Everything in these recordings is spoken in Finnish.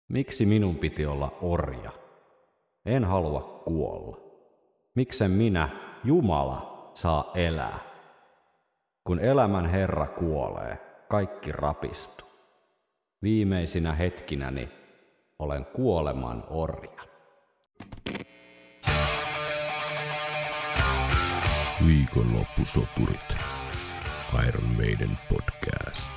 Miksi minun piti olla orja? En halua kuolla. Miksen minä, Jumala, saa elää? Kun elämän Herra kuolee, kaikki rapistuu. Viimeisinä hetkinäni olen kuoleman orja. Viikonloppusoturit. Iron Maiden podcast.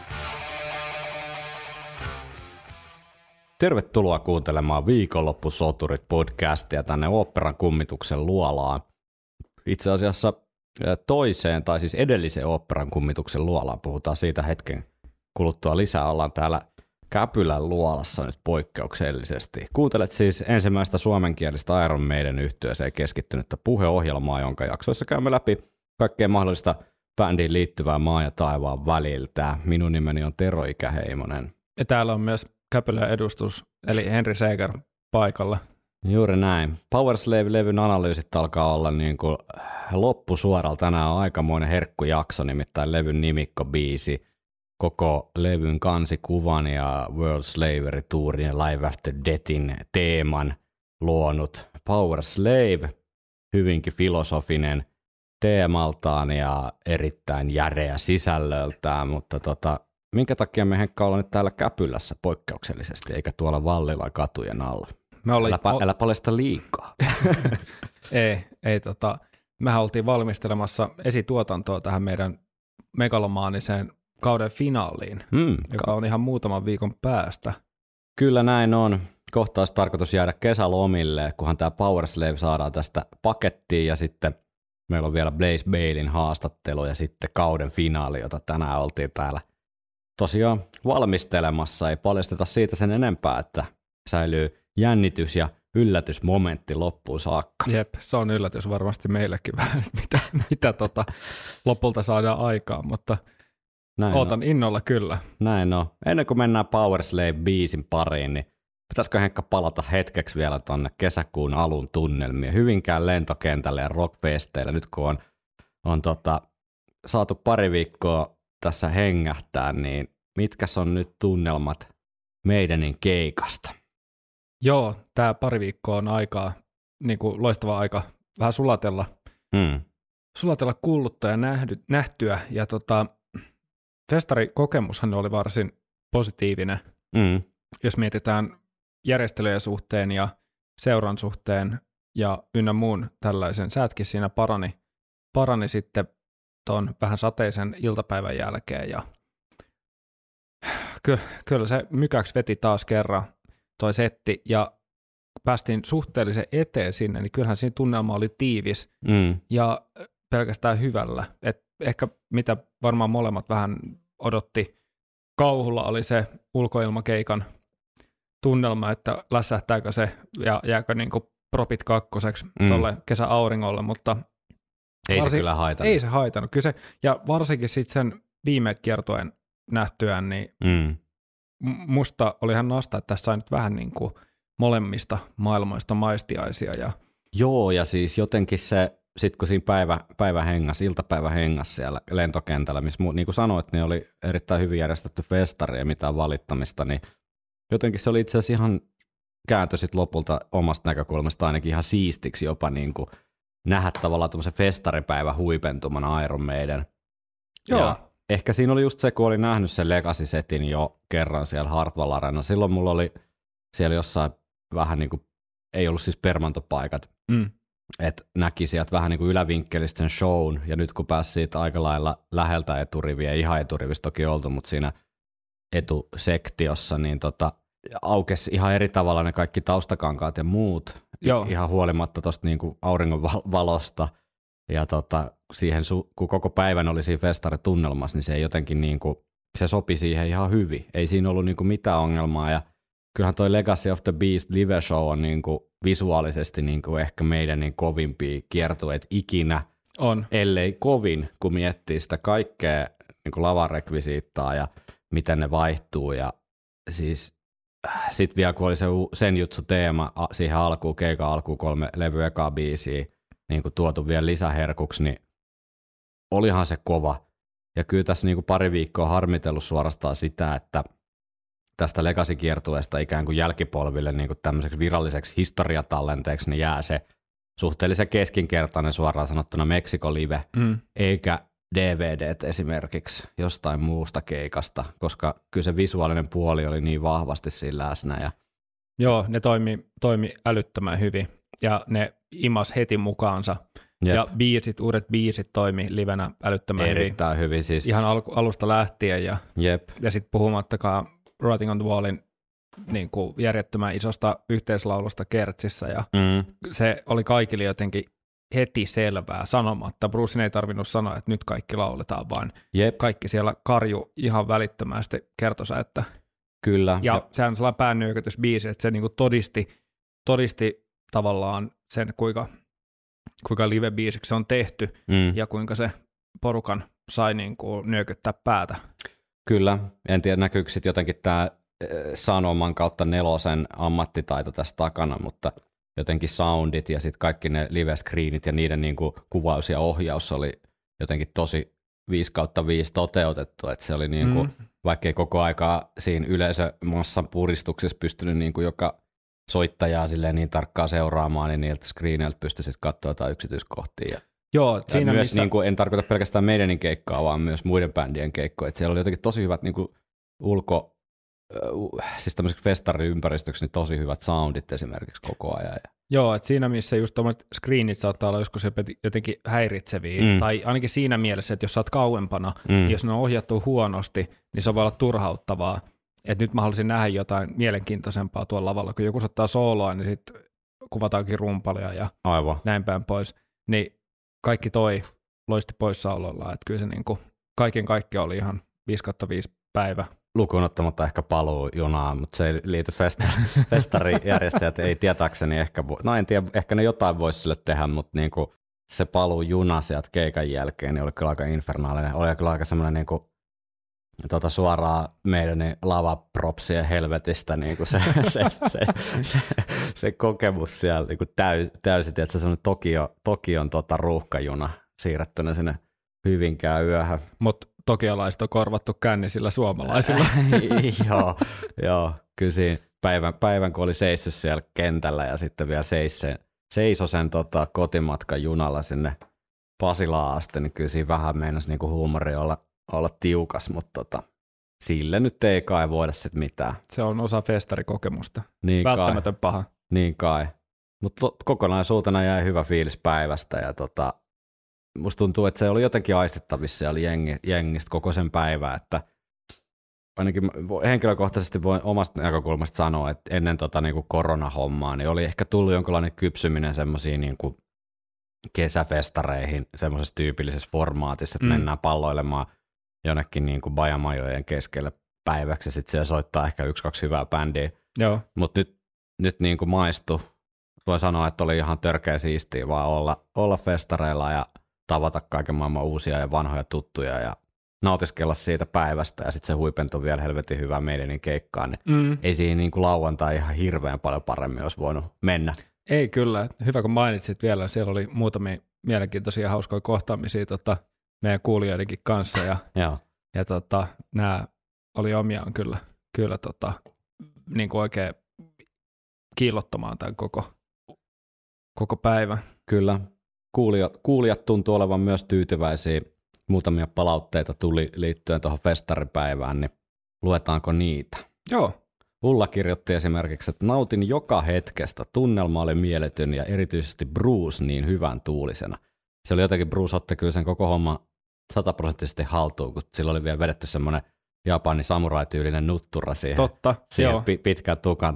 Tervetuloa kuuntelemaan Viikonloppusoturit podcastia tänne Oopperan kummituksen luolaan. Itse asiassa toiseen, tai siis edellisen Oopperan kummituksen luolaan. Puhutaan siitä hetken kuluttua lisää. Ollaan täällä Käpylän luolassa nyt poikkeuksellisesti. Kuuntelet siis ensimmäistä suomenkielistä Iron Maiden -yhtyeeseen keskittynyttä puheohjelmaa, jonka jaksoissa käymme läpi kaikkea mahdollista bändiin liittyvää maa ja taivaan väliltä. Minun nimeni on Tero Ikäheimonen. Ja täällä on myös Käpylän edustus, eli Henri Seeger paikalla. Juuri näin. Powerslave-levyn analyysit alkaa olla niin kuin loppusuoralla. Tänään on aikamoinen herkkujakso, nimittäin levyn nimikkobiisi, koko levyn kansikuvan ja World Slavery Tourin ja Live After Deathin teeman luonut Powerslave, hyvinkin filosofinen teemaltaan ja erittäin järeä sisällöltään, mutta minkä takia me Henkka ollaan nyt täällä Käpylässä poikkeuksellisesti, eikä tuolla Vallilan katujen alla? Älä paljasta liikaa. Mehän oltiin valmistelemassa esituotantoa tähän meidän megalomaaniseen kauden finaaliin, joka on ihan muutaman viikon päästä. Kyllä näin on. Kohta olisi tarkoitus jäädä kesälomille, kunhan tämä Powerslave saadaan tästä pakettiin, ja sitten meillä on vielä Blaze Balein haastattelu ja sitten kauden finaali, jota tänään oltiin täällä tosiaan valmistelemassa. Ei paljasteta siitä sen enempää, että säilyy jännitys ja yllätysmomentti loppuun saakka. Jep, se on yllätys varmasti meillekin vähän, mitä lopulta saadaan aikaan, mutta näin ootan innolla kyllä. Näin on. Ennen kuin mennään Powerslave-biisin pariin, niin pitäisikö Henkka palata hetkeksi vielä tonne kesäkuun alun tunnelmiin Hyvinkään lentokentälle ja rockfesteille, nyt kun on saatu pari viikkoa tässä hengähtää, niin mitkäs on nyt tunnelmat meidänin keikasta? Joo, tämä pari viikkoa on aikaa, niin kuin loistava aika vähän sulatella kuullutta ja nähtyä, ja festarikokemushan oli varsin positiivinen, jos mietitään järjestelyjen suhteen ja seuran suhteen ja ynnä muun tällaisen. Säätkin siinä parani sitten tuon vähän sateisen iltapäivän jälkeen, ja kyllä se mykäksi veti taas kerran toi setti, ja päästiin suhteellisen eteen sinne, niin kyllähän siinä tunnelma oli tiivis ja pelkästään hyvällä. Et ehkä mitä varmaan molemmat vähän odotti kauhulla oli se ulkoilmakeikan tunnelma, että lässähtääkö se ja jääkö niinku propit kakkoseksi tuolle kesäauringolle, mutta ei se kyllä haitannut. Ei se haitannut. Kyllä se, ja varsinkin sitten sen viime kiertueen nähtyään, niin musta oli ihan nasta, että tässä sai nyt vähän niin kuin molemmista maailmoista maistiaisia. Joo, ja siis jotenkin se, sit kun siinä iltapäivä hengas siellä lentokentällä, missä niin kuin sanoit, niin oli erittäin hyvin järjestetty festari ja mitään valittamista, niin jotenkin se oli itse asiassa ihan kääntö sit lopulta omasta näkökulmasta ainakin ihan siistiksi jopa niin kuin nähdä tavallaan tämmöisen festaripäivän huipentumana Iron Maiden. Joo. Ja ehkä siinä oli just se, kun oli nähnyt sen Legacy-setin jo kerran siellä Hartwall Arena. Silloin mulla oli siellä jossain vähän niin kuin, ei ollut siis permantopaikat, että näki sieltä vähän niin kuin ylävinkkelistä sen shown, ja nyt kun pääsi siitä aika lailla läheltä eturiviä, ihan eturivistä toki oltu, mutta siinä etusektiossa, niin aukesi ihan eri tavalla ne kaikki taustakankaat ja muut, ihan huolimatta tuosta niin kuin auringon valosta, ja siihen, kun koko päivän oli siinä festaritunnelmassa, niin se jotenkin niin kuin, se sopi siihen ihan hyvin. Ei siinä ollut niin kuin mitään ongelmaa, ja kyllähän toi Legacy of the Beast live show on niin kuin visuaalisesti niin kuin ehkä meidän niin kovimpia kiertueita ikinä, ellei kovin, kun miettii sitä kaikkea niin kuin lavarekvisiittaa ja miten ne vaihtuu, ja siis sitten vielä kun oli se Senjutsu teema siihen alkuun, keikan alkuun 3 levy ekaa biisiä, niin kuin tuotu vielä lisäherkuksi, niin olihan se kova. Ja kyllä tässä niin kuin pari viikkoa harmitellut suorastaan sitä, että tästä Legacy-kiertueesta ikään kuin jälkipolville niin kuin tämmöiseksi viralliseksi historiatallenteeksi, niin jää se suhteellisen keskinkertainen suoraan sanottuna Meksiko-live, eikä DVDt esimerkiksi jostain muusta keikasta, koska kyllä se visuaalinen puoli oli niin vahvasti siinä läsnä. Ja joo, ne toimi älyttömän hyvin ja ne imas heti mukaansa. Jep. Ja uudet biisit toimi livenä älyttömän erittäin hyvin. Siis. Ihan alusta lähtien ja sitten puhumattakaan Writing on the Wallin niin kuin järjettömän isosta yhteislaulusta Kertsissä ja se oli kaikille jotenkin heti selvää sanomatta. Brucein ei tarvinnut sanoa, että nyt kaikki lauletaan, vaan kaikki siellä karju ihan välittömästi kertonsa, että kyllä. Ja sehän on sellainen päännyökytysbiisi, että se niin kuin todisti tavallaan sen, kuinka live-biisiksi se on tehty ja kuinka se porukan sai niin kuin nyökyttää päätä. Kyllä, en tiedä näkyykö sitten jotenkin tämä sanoman kautta nelosen ammattitaito tässä takana, mutta jotenkin soundit ja sitten kaikki ne live-screenit ja niiden niin kuin kuvaus ja ohjaus oli jotenkin tosi 5/5 toteutettu, että se oli niin kuin, vaikkei koko aikaa siinä yleisömassan puristuksessa pystynyt niin kuin joka soittajaa silleen niin tarkkaan seuraamaan, niin niiltä screeneiltä pystyi sitten katsoa jotain yksityiskohtia. Joo, siinä myös niin kuin, en tarkoita pelkästään meidänin keikkaa, vaan myös muiden bändien keikkoja. Että siellä oli jotenkin tosi hyvät niin kuin siis tämmöiseksi festariympäristöksi niin tosi hyvät soundit esimerkiksi koko ajan. Joo, että siinä missä just tommoset screenit saattaa olla joskus jotenkin häiritseviä, tai ainakin siinä mielessä, että jos sä oot kauempana, niin jos ne on ohjattu huonosti, niin se voi olla turhauttavaa. Että nyt mä haluaisin nähdä jotain mielenkiintoisempaa tuolla lavalla, kun joku soittaa sooloa, niin sitten kuvataankin rumpalia ja näin päin pois. Niin kaikki toi loisti poissaololla, että kyllä se niinku kaiken kaikkiaan oli ihan 5/5 päivä. Lukuun ottamatta ehkä paluu junaan, mutta se ei liity festarijärjestäjät, ei tietääkseni ehkä no en tiedä, ehkä ne jotain voisi sille tehdä, mutta niinku se paluu juna sieltä keikan jälkeen niin oli kyllä aika infernaalinen, oli kyllä aika semmoinen niinku suoraan meidän lavapropsien helvetistä niinku se kokemus siellä niinku täysin, että se semmoinen Tokion ruuhkajuna siirrettynä sinne Hyvinkään yöhön. Mutta tokialaiset on korvattu kännisillä suomalaisilla. joo, kyllä siinä päivän kun oli seissyt siellä kentällä ja sitten vielä seisoi sen kotimatkan junalla sinne Pasilaan asti, niin kyllä siinä vähän meinasi niinku huumori olla tiukas, mutta sille nyt ei kai voida sitten mitään. Se on osa festarikokemusta. Niin välttämätön paha. Niin kai. Mutta kokonaisuutena jäi hyvä fiilis päivästä ja musta tuntuu, että se oli jotenkin aistittavissa siellä jengistä koko sen päivää, että ainakin henkilökohtaisesti voin omasta näkökulmasta sanoa, että ennen niinku koronahommaa niin oli ehkä tullut jonkinlainen kypsyminen semmoisiin niinku kesäfestareihin semmoisessa tyypillisessä formaatissa, että mennään palloilemaan jonnekin niinku bajamajojen keskelle päiväksi ja sitten siellä soittaa ehkä 1-2 hyvää bändiä. Mutta nyt niinku maistui. Voin sanoa, että oli ihan törkeä siistiä vaan olla festareilla ja tavata kaiken maailman uusia ja vanhoja tuttuja ja nautiskella siitä päivästä ja sitten se huipentui vielä helvetin hyvää meidänin keikkaan, niin ei siinä niinku lauantai ihan hirveän paljon paremmin olisi voinut mennä. Ei kyllä, hyvä kun mainitsit vielä, siellä oli muutamia mielenkiintoisia hauskoja kohtaamisia meidän kuulijoidenkin kanssa ja nämä oli omiaan kyllä niin kuin oikein kiillottamaan tämän koko päivän. Kyllä. Kuulijat tuntuu olevan myös tyytyväisiä. Muutamia palautteita tuli liittyen tuohon festaripäivään, niin luetaanko niitä? Joo. Ulla kirjoitti esimerkiksi, että nautin joka hetkestä, tunnelma oli mieletön ja erityisesti Bruce niin hyvän tuulisena. Se oli jotenkin, Bruce otti kyllä sen koko homma 100% haltuun, kun sillä oli vielä vedetty semmoinen Japanin samurai-tyylinen nuttura siihen pitkän tukan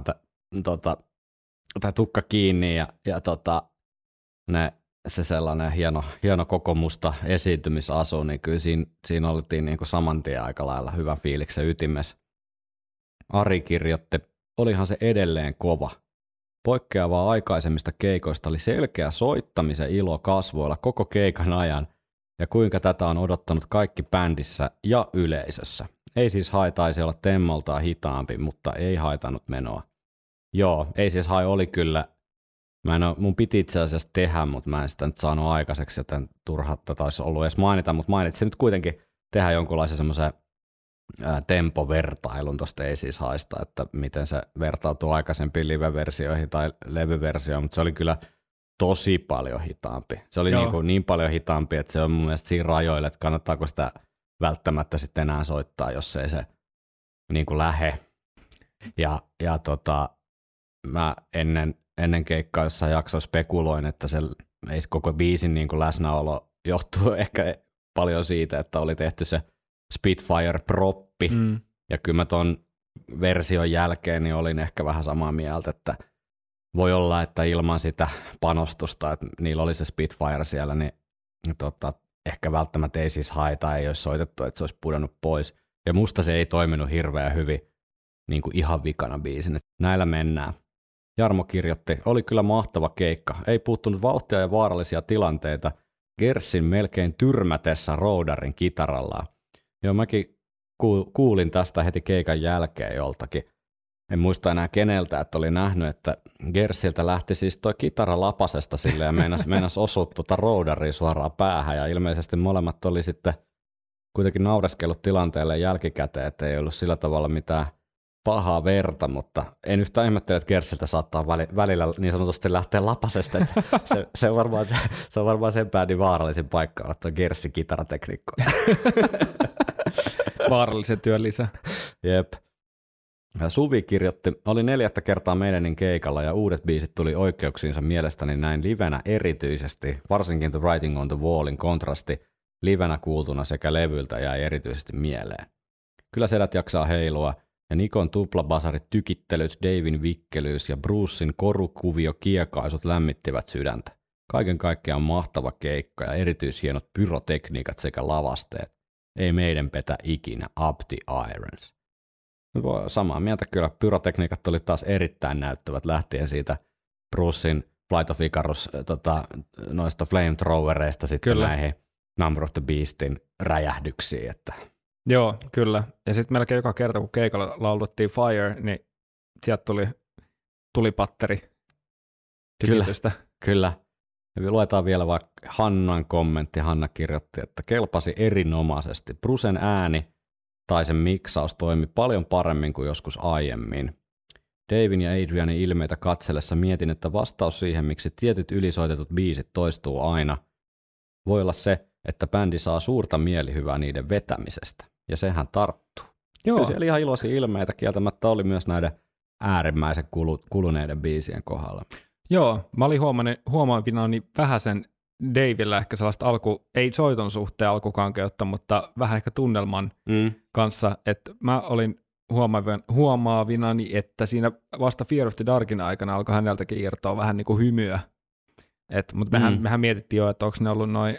tai tukka kiinni ja se sellainen hieno koko musta esiintymisasu, niin kyllä siinä oltiin niin kuin saman tien aika lailla hyvän fiiliksen ytimessä. Ari kirjoitti, olihan se edelleen kova. Poikkeavaa aikaisemmista keikoista oli selkeä soittamisen ilo kasvoilla koko keikan ajan, ja kuinka tätä on odottanut kaikki bändissä ja yleisössä. Ei siis taisi olla temmoltaan hitaampi, mutta ei haitannut menoa. Joo, ei siis oli kyllä. Mun piti itse asiassa tehdä, mutta mä en sitä nyt saanut aikaiseksi, joten turha tätä olisi ollut edes mainita, mutta mainitsin nyt kuitenkin tehdä jonkunlaisen semmoisen tempovertailun tuosta ei siis haista, että miten se vertautuu aikaisempiin live-versioihin tai levyversioihin, mutta se oli kyllä tosi paljon hitaampi. Se oli niin paljon hitaampi, että se on mun mielestä siinä rajoilla, että kannattaako sitä välttämättä sitten enää soittaa, jos ei se niin kuin lähe. Ja mä ennen keikkaa jossain jaksoa spekuloin, että se ei koko biisin niin kuin läsnäolo johtuu ehkä paljon siitä, että oli tehty se Spitfire-proppi. Ja kyllä mä ton version jälkeen niin olin ehkä vähän samaa mieltä, että voi olla, että ilman sitä panostusta, että niillä oli se Spitfire siellä, niin ehkä välttämättä ei siis haita, ei olisi soitettu, että se olisi pudonnut pois. Ja musta se ei toiminut hirveän hyvin niin kuin ihan vikana biisin. Näillä mennään. Jarmo kirjoitti, oli kyllä mahtava keikka. Ei puuttunut vauhtia ja vaarallisia tilanteita. Gersin melkein tyrmätessä Rodarin kitarallaan. Joo, mäkin kuulin tästä heti keikan jälkeen joltakin. En muista enää keneltä, että oli nähnyt, että Gersiltä lähti siis toi kitara lapasesta silleen ja meinas osua Rodaria suoraan päähän. Ja ilmeisesti molemmat oli sitten kuitenkin naureskellut tilanteelle jälkikäteen, että ei ollut sillä tavalla mitään pahaa verta, mutta en yhtään ihmettele, että Gersiltä saattaa välillä niin sanotusti lähteä lapasesta. Että se on varmaan sen päädin vaarallisin paikka ottaa Gersin kitaratekniikkoja. Vaarallisen työn lisä. Jep. Suvi kirjoitti, oli 4. kertaa meidänin keikalla ja uudet biisit tuli oikeuksiinsa mielestäni näin livenä erityisesti, varsinkin The Writing on the Wallin kontrasti livenä kuultuna sekä levyltä jäi erityisesti mieleen. Kyllä sedät jaksaa heilua ja Nikon tuplabasarit tykittelyt, Davin vikkelyys ja Brucein korukuvio kiekaisut lämmittivät sydäntä. Kaiken kaikkiaan mahtava keikka ja erityishienot pyrotekniikat sekä lavasteet. Ei meidän petä ikinä, up the irons. Samaa mieltä kyllä, pyrotekniikat oli taas erittäin näyttävät lähtien siitä Brucein Flight of Icarus noista flamethrowereista sitten kyllä näihin Number of the Beastin räjähdyksiin. Että. Joo, kyllä. Ja sitten melkein joka kerta, kun keikalla laulettiin Fire, niin sieltä tuli tulipatteri tykitystä. Kyllä. Ja luetaan vielä vaikka Hannan kommentti. Hanna kirjoitti, että kelpasi erinomaisesti. Brucen ääni tai sen miksaus toimi paljon paremmin kuin joskus aiemmin. Davin ja Adrianin ilmeitä katsellessa mietin, että vastaus siihen, miksi tietyt ylisoitetut biisit toistuu aina, voi olla se, että bändi saa suurta mielihyvää niiden vetämisestä. Ja sehän tarttuu. Joo. Kyllä siellä ihan iloisia ilmeitä kieltämättä oli myös näiden äärimmäisen kuluneiden biisien kohdalla. Joo, mä olin huomaavinani vähän sen Davilla ehkä sellaista ei soiton suhteen alkukankeutta, mutta vähän ehkä tunnelman kanssa, että mä olin huomaavinani, että siinä vasta Fear of the Darkin aikana alkoi häneltäkin irtoa vähän niin kuin hymyä. Mutta mehän mietittiin jo, että onko ne ollut noin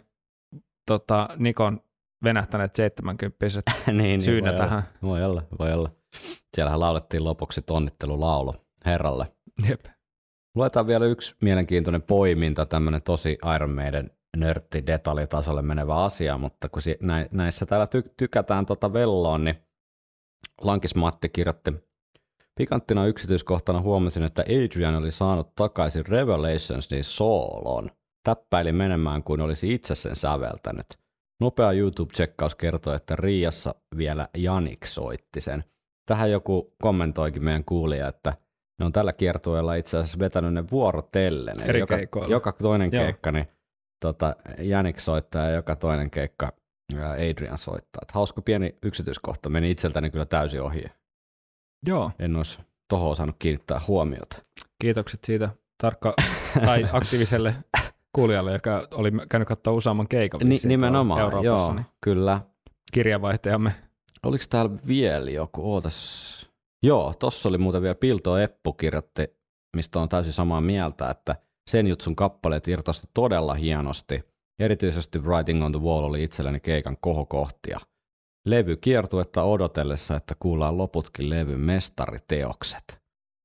Nikon venähtäneet 70-vuotiaat niin, syynä tähän. Voi olla. Siellähän laulettiin lopuksi onnittelulaulu herralle. Jep. Luetaan vielä yksi mielenkiintoinen poiminta, tämmöinen tosi Iron Maiden nörtti detaljitasolle menevä asia, mutta kun näissä täällä tykätään velloon, niin Lankis Matti kirjoitti, pikanttina yksityiskohtana huomasin, että Adrian oli saanut takaisin Revelationsin soolon. Täppäili menemään kuin olisi itse sen säveltänyt. Nopea YouTube-tsekkaus kertoi, että Riassa vielä Janik soitti sen. Tähän joku kommentoikin meidän kuulija, että ne on tällä kiertueella itse asiassa vetänyt ne vuorotellen. Joka toinen keikka, niin Janik soittaa ja joka toinen keikka Adrian soittaa. Et hauska pieni yksityiskohta, meni itseltäni kyllä täysin ohi. Joo. En olisi tohon osannut kiinnittää huomiota. Kiitokset siitä tai aktiiviselle kuulijalle, joka oli käynyt katsoa useamman keikan. Nimenomaan, Euroopassa, joo, niin kyllä. Kirjavaihtajamme. Oliko täällä vielä joku? Ootas. Joo, tossa oli muuten vielä Pilto Eppu kirjoitti, mistä on täysin samaa mieltä, että Senjutsun kappaleet irtosti todella hienosti. Erityisesti Writing on the Wall oli itselleni keikan kohokohtia. Levy kiertuetta odotellessa, että kuullaan loputkin levyn mestariteokset.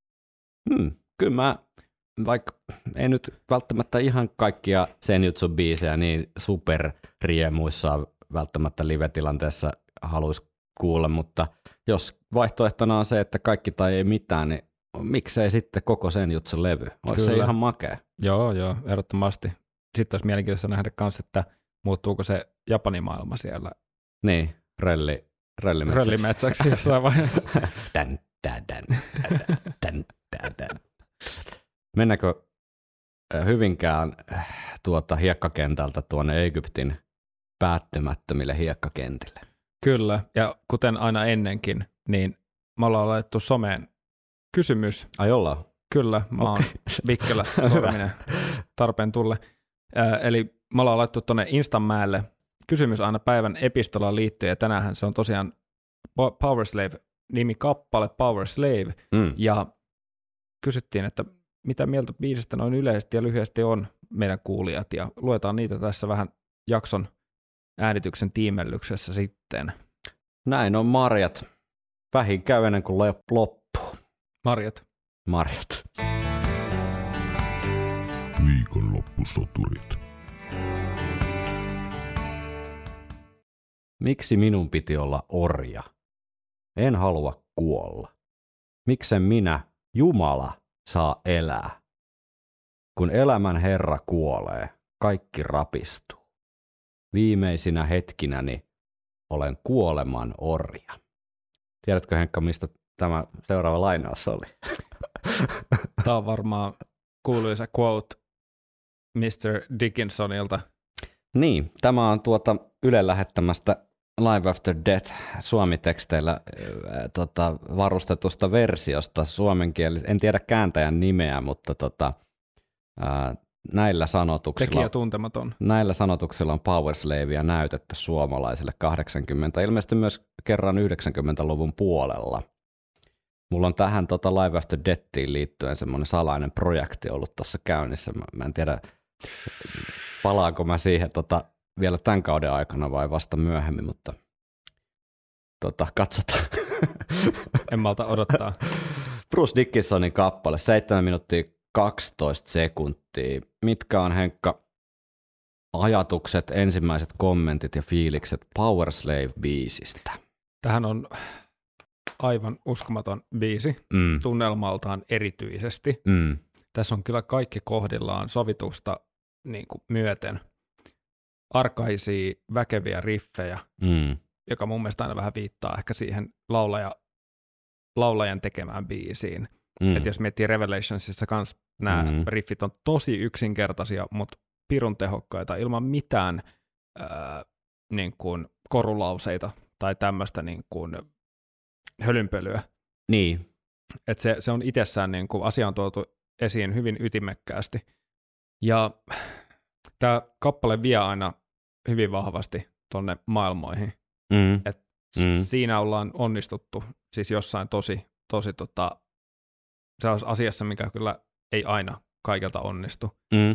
Kyllä mä, vaikka ei nyt välttämättä ihan kaikkia Senjutsun biisejä niin superriemuissa välttämättä live-tilanteessa haluaisi kuulla, mutta jos vaihtoehtona on se, että kaikki tai ei mitään, niin miksei sitten koko Senjutsun levy? Olisi se ihan makea. Joo, ehdottomasti. Sitten olisi mielenkiintoista nähdä myös, että muuttuuko se Japanin maailma siellä. Niin, röllimetsäksi jossain vaiheessa. Mennäänkö Hyvinkään hiekkakentältä tuonne Egyptin päättymättömille hiekkakentille? Kyllä, ja kuten aina ennenkin, niin me ollaan laitettu someen kysymys. Ai ollaan? Kyllä, mä oon vikkelä sorminen tarpeen tulle. Eli me ollaan laittu tuonne Instanmäelle kysymys aina päivän epistolaan liittyen, ja tänäänhän se on tosiaan Power Slave, nimikappale Power Slave, ja kysyttiin, että mitä mieltä biisistä noin yleisesti ja lyhyesti on meidän kuulijat, ja luetaan niitä tässä vähän jakson äänityksen tiimellyksessä sitten. Näin on marjat. Vähin käy ennen kuin loppuu. Marjat. Viikonloppusoturit. Miksi minun piti olla orja? En halua kuolla. Miksen minä, Jumala, saa elää? Kun elämän Herra kuolee, kaikki rapistuu. Viimeisinä hetkinäni olen kuoleman orja. Tiedätkö, Henkka, mistä tämä seuraava lainaus oli? Tämä on varmaan kuuluisa quote Mr. Dickinsonilta. Niin, tämä on Ylen lähettämästä Live After Death suomiteksteillä varustetusta versiosta suomenkielisessä. En tiedä kääntäjän nimeä, mutta näillä sanotuksilla, tekijä tuntematon. Näillä sanotuksilla on Power Slavea näytetty suomalaisille 80, ilmeisesti myös kerran 90-luvun puolella. Mulla on tähän Live After Deathiin liittyen semmoinen salainen projekti ollut tuossa käynnissä. Mä en tiedä, palaanko mä siihen vielä tämän kauden aikana vai vasta myöhemmin, mutta katsotaan. En malta odottaa. Bruce Dickinsonin kappale, 7 minuuttia 12 sekuntia. Mitkä on, Henkka, ajatukset, ensimmäiset kommentit ja fiilikset Power Slave-biisistä? Tähän on aivan uskomaton biisi, tunnelmaltaan erityisesti. Tässä on kyllä kaikki kohdillaan sovitusta niin kuin myöten. Arkaisia, väkeviä riffejä, joka mun mielestä aina vähän viittaa ehkä siihen laulajan tekemään biisiin. Että jos miettii Revelationsissa kanssa, nämä riffit on tosi yksinkertaisia, mutta pirun tehokkaita ilman mitään niin kuin korulauseita tai tämmöistä niin kuin hölynpölyä. Niin. Että se on itsessään, niin kuin asia on tuotu esiin hyvin ytimekkäästi. Ja tämä kappale vie aina hyvin vahvasti tonne maailmoihin. Siinä ollaan onnistuttu siis jossain tosi sellaisessa asiassa, mikä kyllä ei aina kaikelta onnistu.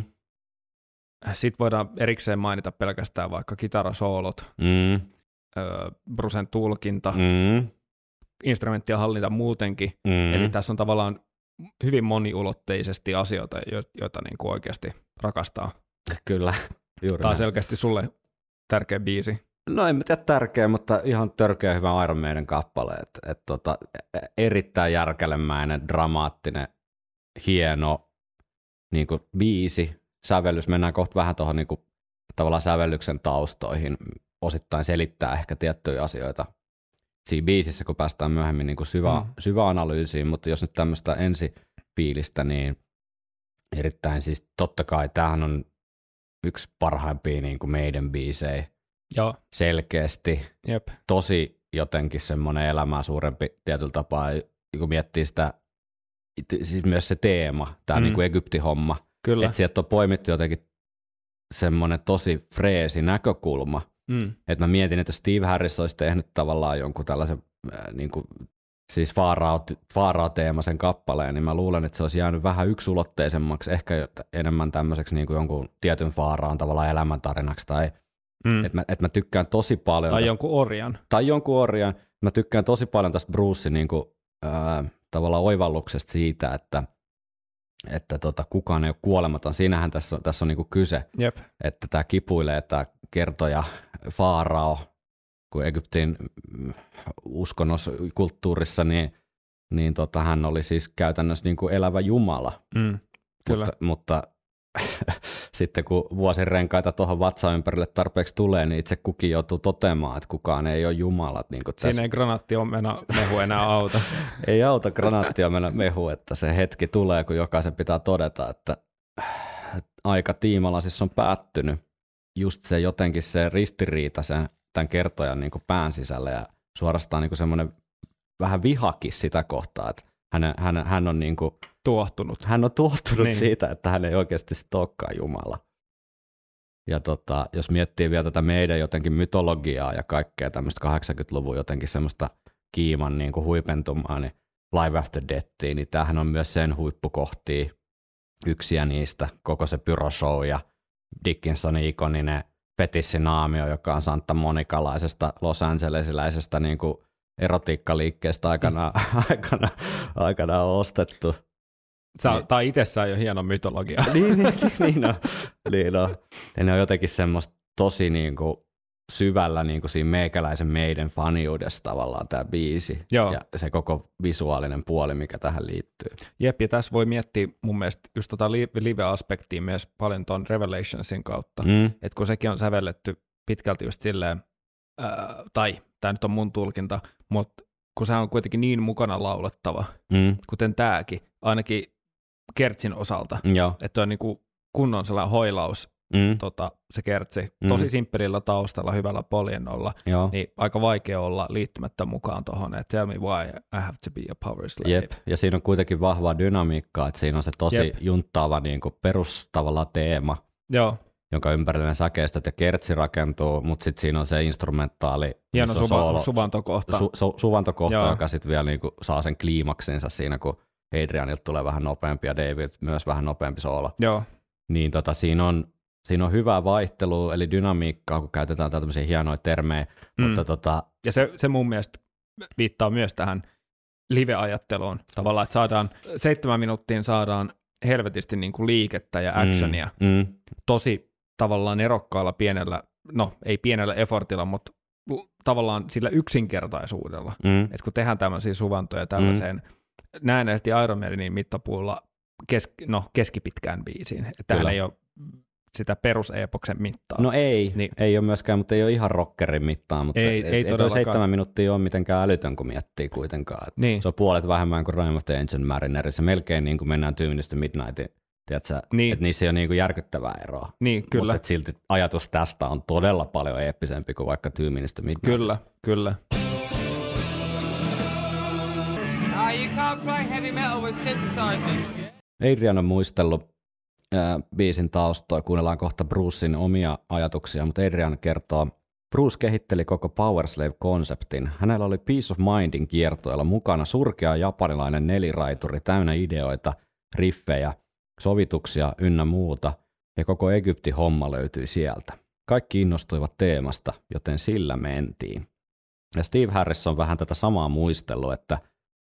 Sitten voidaan erikseen mainita pelkästään vaikka kitarasoolot, Brucen tulkinta, instrumenttien hallinta muutenkin. Eli tässä on tavallaan hyvin moniulotteisesti asioita, joita niin kuin oikeasti rakastaa. Kyllä, juuri. Tämä on selkeästi sulle tärkeä biisi. No en tiedä tärkeä, mutta ihan törkeä hyvä Iron Maiden kappale. Erittäin järkälemäinen, dramaattinen, hieno niin kuin biisi, sävellys. Mennään kohta vähän tuohon niin kuin, tavallaan sävellyksen taustoihin. Osittain selittää ehkä tiettyjä asioita siinä biisissä, kun päästään myöhemmin niin kuin syväanalyysiin, mutta jos nyt tämmöistä ensifiilistä, niin erittäin siis totta kai tämähän on yksi parhaimpia niin kuin meidän biisejä. Joo. Selkeästi. Jep. Tosi jotenkin semmoinen elämää suurempi tietyllä tapaa, kun miettii sitä, siis myös se teema, tämä niin kuin Egypti-homma. Kyllä. Että sieltä on poimittu jotenkin semmoinen tosi freesi näkökulma. Että mä mietin, että Steve Harris olisi tehnyt tavallaan jonkun tällaisen niin kuin, siis Faarao-teemaisen kappaleen, niin mä luulen, että se olisi jäänyt vähän yksulotteisemmaksi, ehkä enemmän tämmöiseksi niin kuin jonkun tietyn Faaraon tavallaan elämäntarinaksi tai että mä tykkään tosi paljon. Tai jonkun orjan. Tai jonkun orjan. Mä tykkään tosi paljon tästä Brucein niin kuin, tavallaan oivalluksesta siitä, että kukaan ei ole kuolematon. Siinähän tässä on niin kuin kyse, Jep. että tämä kipuilee, tämä kertoja Faarao, kun Egyptin uskonnossa, kulttuurissa, niin hän oli siis käytännössä niin kuin elävä Jumala. Kyllä. Mutta sitten kun vuosirenkaita tuohon vatsan ympärille tarpeeksi tulee, niin itse kukin joutuu toteamaan, että kukaan ei ole Jumala. Niin siinä ei granaattiomena-mehu enää auta. Ei auta granaattiomena-mehu, että se hetki tulee, kun jokaisen pitää todeta, että aika tiimalasissa on päättynyt. Just se jotenkin se ristiriita sen tämän kertojan niin kuin pään sisällä ja suorastaan niin kuin semmoinen vähän vihakin sitä kohtaa, että hän on niin kuin tuohtunut. Hän on tuohtunut niin. Siitä, että hän ei oikeasti sitten olekaan Jumala. Ja jos miettii vielä tätä meidän jotenkin mytologiaa ja kaikkea tämmöistä 80-luvun jotenkin semmoista kiiman niin kuin huipentumaa, niin Live After Deathia, niin tämähän on myös sen huippukohtia, yksiä niistä, koko se pyroshow ja Dickinsonin ikoninen Petissinaamio, joka on Santa Monicalaisesta Los Angelesiläisestä niin kuin erotiikkaliikkeestä aikanaan ostettu. Tämä itsessään jo hieno mytologia. niin on. Ja ne on jotenkin semmoista tosi niin kuin syvällä niin kuin siinä meikäläisen meidän faniudessa tavallaan tämä biisi. Joo. Ja se koko visuaalinen puoli, mikä tähän liittyy. Jep, ja tässä voi miettiä mun mielestä just live-aspektia myös paljon ton Revelationsin kautta. Että kun sekin on sävelletty pitkälti just silleen, tai tämä nyt on mun tulkinta, mutta kun se on kuitenkin niin mukana laulettava, kuten tämäkin, ainakin kertsin osalta, että on niinku kunnon sellainen hoilaus, se kertsi, tosi simppelillä taustalla, hyvällä poljennolla, niin aika vaikea olla liittymättä mukaan tuohon, että tell me why I have to be a power slave. Jep, ja siinä on kuitenkin vahvaa dynamiikkaa, että siinä on se tosi junttaava niinku perustavalla teema, jonka ympärillä säkeistöt ja kertsi rakentuu, mutta sitten siinä on se instrumentaali, hieno suvantokohta, suvantokohta joka sitten vielä niinku saa sen kliimaksinsa siinä, kun Adrianilta tulee vähän nopeampi ja David myös vähän nopeampi soolo. Joo. Niin siinä on hyvää vaihtelua, eli dynamiikkaa, kun käytetään tämmöisiä hienoja termejä. Mutta ja se mun mielestä viittaa myös tähän live-ajatteluun. Tavallaan, että 7 minuuttiin saadaan helvetisti niin kuin liikettä ja actionia. Tosi tavallaan erokkaalla pienellä, no ei pienellä effortilla, mutta tavallaan sillä yksinkertaisuudella. Että kun tehdään tämmöisiä suvantoja tällaiseen näennäisesti Iron Maiden mittapuulla keskipitkään biisiin. Että tämähän ei ole sitä peruseepoksen mittaa. No ei, ei ole myöskään, mutta ei ole ihan rockerin mittaa, mutta ei tuo 7 minuuttia ole mitenkään älytön, kun miettii kuitenkaan. Niin. Se on puolet vähemmän kuin Rime of the Ancient Mariners, melkein niin kuin mennään Tune to Midnightin, tiedätkö, niin. Että niissä ei ole niin kuin järkyttävää eroa. Niin, kyllä. Mutta silti ajatus tästä on todella paljon eeppisempi kuin vaikka Tune to Midnight. Kyllä. You can't play heavy metal with synthesizers. Adrian on muistellut biisin taustoja, kuunnellaan kohta Brucen omia ajatuksia, mutta Adrian kertoo, Bruce kehitteli koko Powerslave-konseptin. Hänellä oli Peace of Mindin kiertueella mukana surkea japanilainen neliraituri täynnä ideoita, riffejä, sovituksia ynnä muuta, ja koko Egyptin homma löytyi sieltä. Kaikki innostuivat teemasta, joten sillä mentiin. Ja Steve Harris on vähän tätä samaa muistellut, että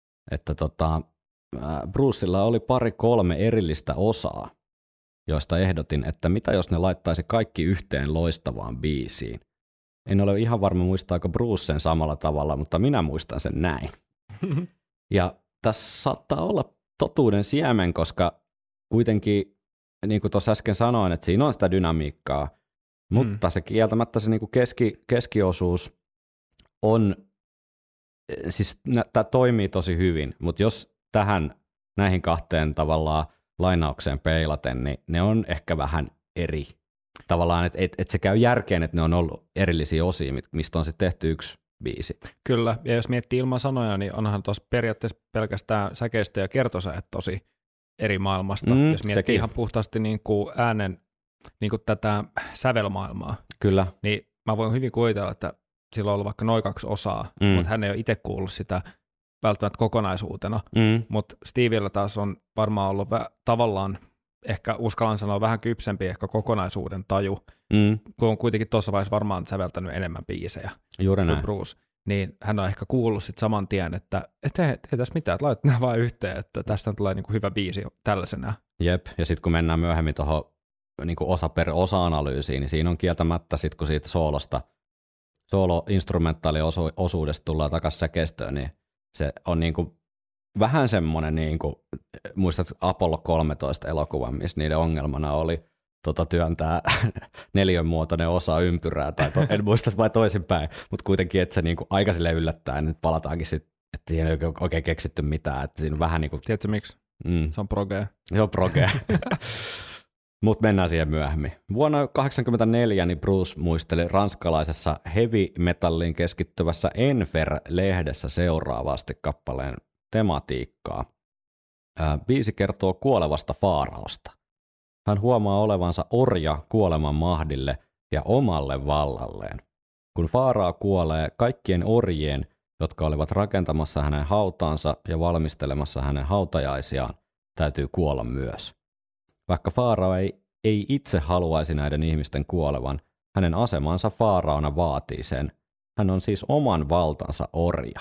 Brucella oli 2-3 erillistä osaa, joista ehdotin, että mitä jos ne laittaisi kaikki yhteen loistavaan biisiin. En ole ihan varma muistaako Bruce sen samalla tavalla, mutta minä muistan sen näin. Ja tässä saattaa olla totuuden siemen, koska kuitenkin, niin kuin tuossa äsken sanoin, että siinä on sitä dynamiikkaa, mutta se kieltämättä se niin kuin keskiosuus on, siis tämä toimii tosi hyvin, mutta jos näihin 2 tavallaan lainaukseen peilaten, niin ne on ehkä vähän eri. Tavallaan, että se käy järkeen, että ne on ollut erillisiä osia, mistä on sitten tehty yksi biisi. Kyllä, ja jos miettii ilman sanoja, niin onhan tuossa periaatteessa pelkästään säkeistö ja kertosäet tosi eri maailmasta. Jos miettii sekin ihan puhtaasti niin kuin äänen, niin kuin tätä sävelmaailmaa, kyllä. Niin mä voin hyvin kuvitella, että sillä on ollut vaikka noin 2 osaa, mutta hän ei ole itse kuullut sitä välttämättä kokonaisuutena, mutta Stevellä taas on varmaan ollut tavallaan, ehkä uskallan sanoa, vähän kypsempi ehkä kokonaisuuden taju, kun on kuitenkin tuossa vaiheessa varmaan säveltänyt enemmän biisejä kuin Bruce, niin hän on ehkä kuullut sitten saman tien, että ei tässä mitään, että laitat nämä vaan yhteen, että tästä tulee niinku hyvä biisi tällaisena. Jep, ja sitten kun mennään myöhemmin tuohon niinku osa per osa-analyysiin, niin siinä on kieltämättä sitten, kun siitä soolo-instrumentaaliosuudesta tullaan takaisin säkeistöön, niin se on niinku vähän semmoinen, niin kuin, muistat Apollo 13 elokuvan, missä niiden ongelmana oli työntää neliönmuotoinen osa ympyrää, tai en muista vai toisinpäin, mutta kuitenkin, että se niin kuin aika silleen yllättäen, nyt palataankin sitten, että siinä ei oikein keksitty mitään, että siinä on vähän niin kuin... Tiedätkö miksi? Se on progea. Se on progea. Mutta mennään siihen myöhemmin. Vuonna 1984 niin Bruce muisteli ranskalaisessa heavy metalliin keskittyvässä Enfer-lehdessä seuraavasti kappaleen tematiikkaa. Biisi kertoo kuolevasta faaraosta. Hän huomaa olevansa orja kuoleman mahdille ja omalle vallalleen. Kun faaraa kuolee, kaikkien orjien, jotka olivat rakentamassa hänen hautaansa ja valmistelemassa hänen hautajaisiaan, täytyy kuolla myös. Vaikka faarao ei itse haluaisi näiden ihmisten kuolevan, hänen asemansa faaraona vaatii sen. Hän on siis oman valtansa orja.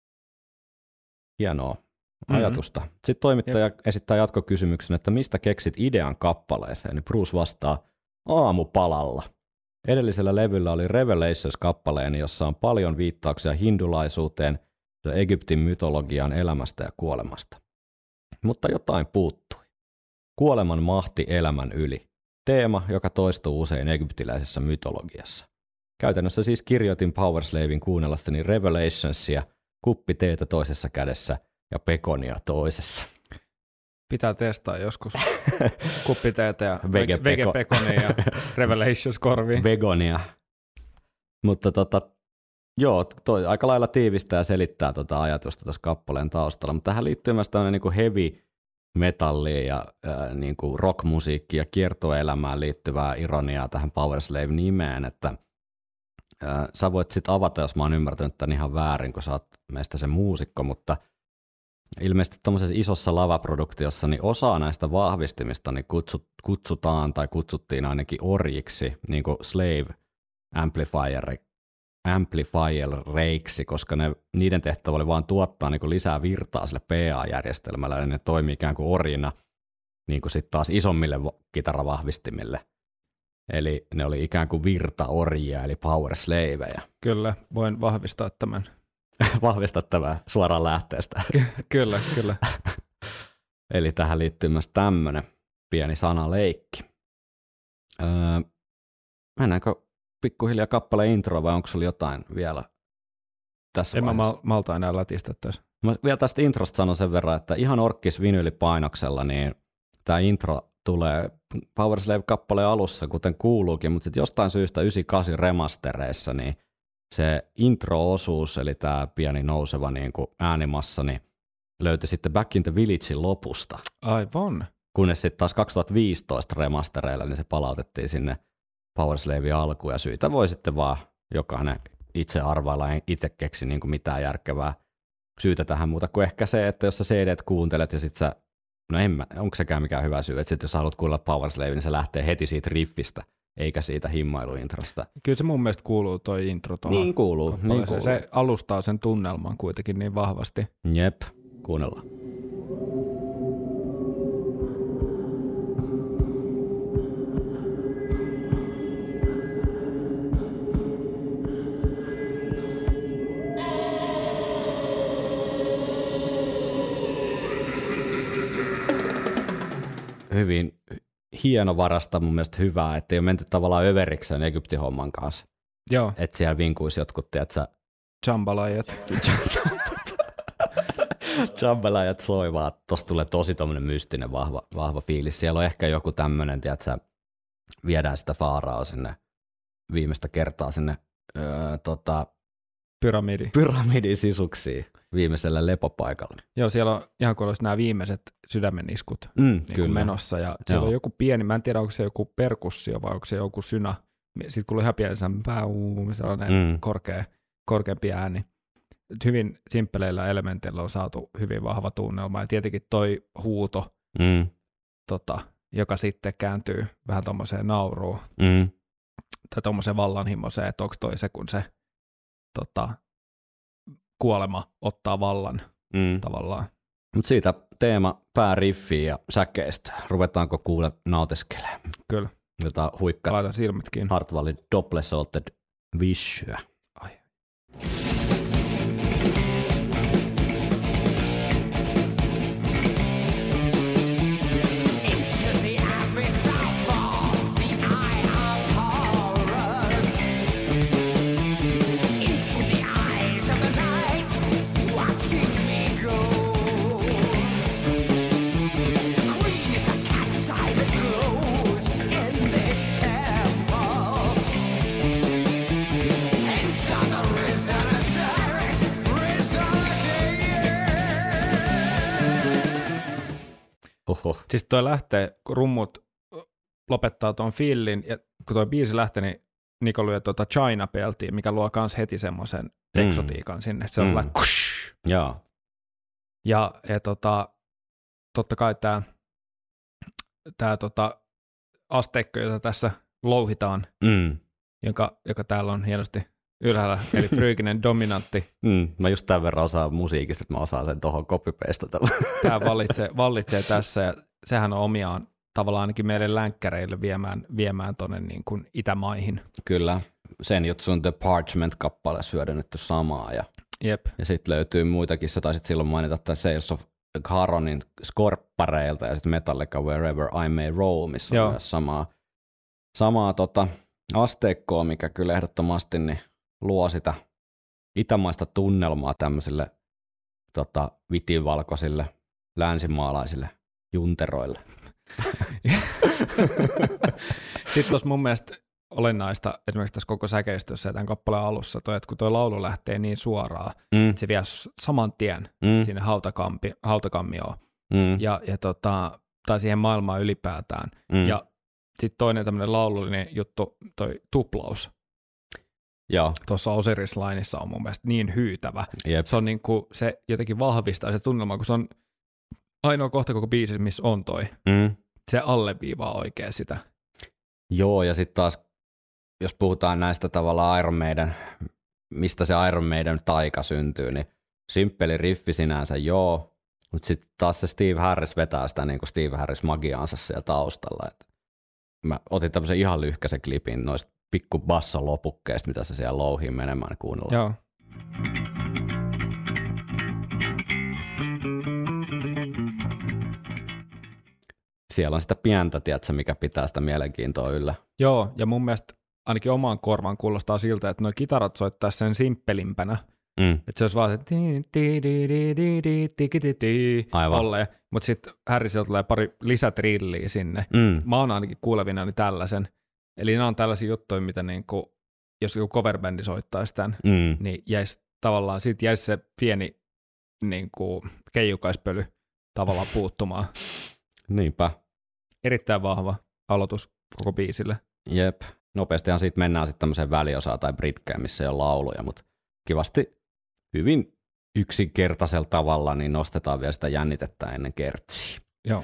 Hienoa ajatusta. Sitten toimittaja esittää jatkokysymyksen, että mistä keksit idean kappaleeseen, niin Bruce vastaa aamupalalla. Edellisellä levyllä oli Revelations-kappaleeni, jossa on paljon viittauksia hindulaisuuteen ja Egyptin mytologian elämästä ja kuolemasta. Mutta jotain puuttui. Kuoleman mahti elämän yli. Teema, joka toistuu usein egyptiläisessä mytologiassa. Käytännössä siis kirjoitin Powerslavin kuunnellastani Revelationsia, kuppi teetä toisessa kädessä ja pekonia toisessa. Pitää testaa joskus kuppiteetä ja vegepekonia ja Revelations korviin. Vegonia. Mutta joo, toi aika lailla tiivistää ja selittää ajatusta tuossa kappaleen taustalla, mutta tähän liittyy myös tämmöinen niin kuin heavy metalliin ja niin kuin rockmusiikki ja kiertoelämään liittyvää ironiaa tähän Powerslave-nimeen, että sä voit sitten avata, jos mä oon ymmärtänyt tämän ihan väärin, kun sä oot meistä se muusikko, mutta ilmeisesti tuollaisessa isossa lavaproduktiossa niin osa näistä vahvistimista niin kutsutaan tai kutsuttiin ainakin orjiksi, niin kuin slave amplifier-reiksi, koska niiden tehtävä oli vaan tuottaa niin kuin lisää virtaa sille PA-järjestelmälle, ja ne toimii ikään kuin orjina niin kuin sitten taas isommille kitaravahvistimille. Eli ne oli ikään kuin virtaorjia, eli power-slaveja. Kyllä, voin vahvistaa tämän. Vahvistaa tämä suoraan lähteestä. Kyllä. Eli tähän liittyy myös tämmöinen pieni sanaleikki. Mennäänkö pikkuhiljaa kappaleen intro vai onko sulla jotain vielä tässä vaiheessa? En mä malta enää lätistä tässä. Mä vielä tästä introsta sanon sen verran, että ihan orkkis vinyylipainoksella niin tämä intro tulee Powerslave-kappaleen alussa, kuten kuuluukin, mutta sitten jostain syystä 98 remastereissa niin se intro-osuus, eli tämä pieni nouseva niin kuin äänimassa, niin löytyi sitten Back in the Villagein lopusta. Aivan. Kunnes sitten taas 2015 remastereilla, niin se palautettiin sinne Powerslaveen alkuun, ja syitä voi sitten vaan jokainen itse arvailla, en itse keksi niin kuin mitään järkevää syytä tähän muuta kuin ehkä se, että jos sä CDt kuuntelet ja sit sä, no onko sekään mikään hyvä syy, että sit jos sä haluat kuulla Powerslavea, niin se lähtee heti siitä riffistä, eikä siitä himmailuintrosta. Kyllä se mun mielestä kuuluu toi intro tuohon. Niin kuuluu. Se alustaa sen tunnelman kuitenkin niin vahvasti. Jep, kuunnellaan. Hyvin hienovarasta, mun mielestä hyvää, että ei ole menty tavallaan överiksen Egypti-homman kanssa. Joo. Että siellä vinkuisi jotkut, tiedätkö? Jambalajat. Jambalajat soi vaan. Tosta tulee tosi tommonen mystinen vahva fiilis. Siellä on ehkä joku tämmönen, tiedätkö, viedään sitä faaraoa sinne viimeistä kertaa sinne pyramidin sisuksiin viimeisellä lepopaikalla. Joo, siellä on ihan kuin olisi nämä viimeiset sydämeniskut niin menossa. Ja siellä on joku pieni, mä en tiedä, onko se joku perkussio vai onko se joku synä. Sitten kuului ihan pieni sellainen korkeampi ääni. Hyvin simppeleillä elementeillä on saatu hyvin vahva tunnelma. Ja tietenkin toi huuto, joka sitten kääntyy vähän tuommoiseen nauruun. Tai tuommoiseen vallanhimoiseen, että onko toi se, kun se kuolema ottaa vallan tavallaan. Mutta siitä teema, pääriffiä ja säkeistä. Ruvetaanko kuule nautiskelemaan? Kyllä. Jotain huikkaa. Laitan silmät kiinni. Hartwallin Double Salted Vishyä. Ai. Siis toi lähtee, kun rummut lopettaa tuon fillin, ja kun toi biisi lähtee, niin Niko lyö China-peltiin, mikä luo kans heti semmoisen eksotiikan sinne. Se on sellainen kush. Joo. Ja totta kai tämä asteikko, jota tässä louhitaan, joka täällä on hienosti ylhäällä, eli Fryginen dominantti. Mä just tämän verran osaan musiikista, että mä osaan sen tuohon copy-pastata. Tämä vallitsee tässä, ja sehän on omiaan tavallaan ainakin meille länkkäreille viemään tuonne niin kuin itämaihin. Kyllä, sen juttu on The Parchment-kappale hyödynnetty samaa, ja sitten löytyy muitakin, sä taisit silloin mainita tämän Sales of Charonin Skorppareilta, ja sitten Metallica Wherever I May Roam, missä on myös samaa asteikkoa, mikä kyllä ehdottomasti niin luo sitä itämaista tunnelmaa tämmöisille vitivalkoisille länsimaalaisille junteroille. Sitten tuossa mun mielestä olennaista esimerkiksi tässä koko säkeistössä ja tämän kappaleen alussa, että kun tuo laulu lähtee niin suoraan, että se vie saman tien sinne hautakammioon tai siihen maailmaan ylipäätään. Ja sitten toinen tämmöinen laulullinen juttu, toi tuplaus. Tuossa Osiris-lainissa on mun mielestä niin hyytävä. Jep. Se on niin kuin, se jotenkin vahvistaa se tunnelma, kun se on ainoa kohta koko biisissä, missä on toi. Se alleviivaa oikein sitä. Joo, ja sitten taas, jos puhutaan näistä tavallaan Iron Maiden, mistä se Iron Maiden taika syntyy, niin simppeli riffi sinänsä mutta sitten taas se Steve Harris vetää sitä niin kuin Steve Harris magiaansa siellä taustalla. Et mä otin tämmöisen ihan lyhkäisen klipin noista pikku bassolopukkeista, mitä se siellä louhii menemään kuunnella. Joo. Siellä on sitä pientä, tiedätkö, mikä pitää sitä mielenkiintoa yllä. Joo, ja mun mielestä ainakin omaan korvaan kuulostaa siltä, että nuo kitarat soittaa sen simppelimpänä. Että se olisi vaan se tolleen, mutta sitten Harrisilta tulee pari lisätrilliä sinne. Mä oon ainakin kuulevinani tällaisen. Eli nämä on tällaisia juttuja, mitä niinku, jos joku coverbändi soittaisi tämän, niin jäisi tavallaan, siitä jäisi se pieni niinku, keijukaispöly tavallaan puuttumaan. Niinpä. Erittäin vahva aloitus koko biisille. Jep. Nopeastihan siitä mennään sitten tämmöiseen väliosaan tai britkeen, missä ei ole lauluja, mutta kivasti hyvin yksinkertaisella tavalla niin nostetaan vielä sitä jännitettä ennen kertsiä. Joo.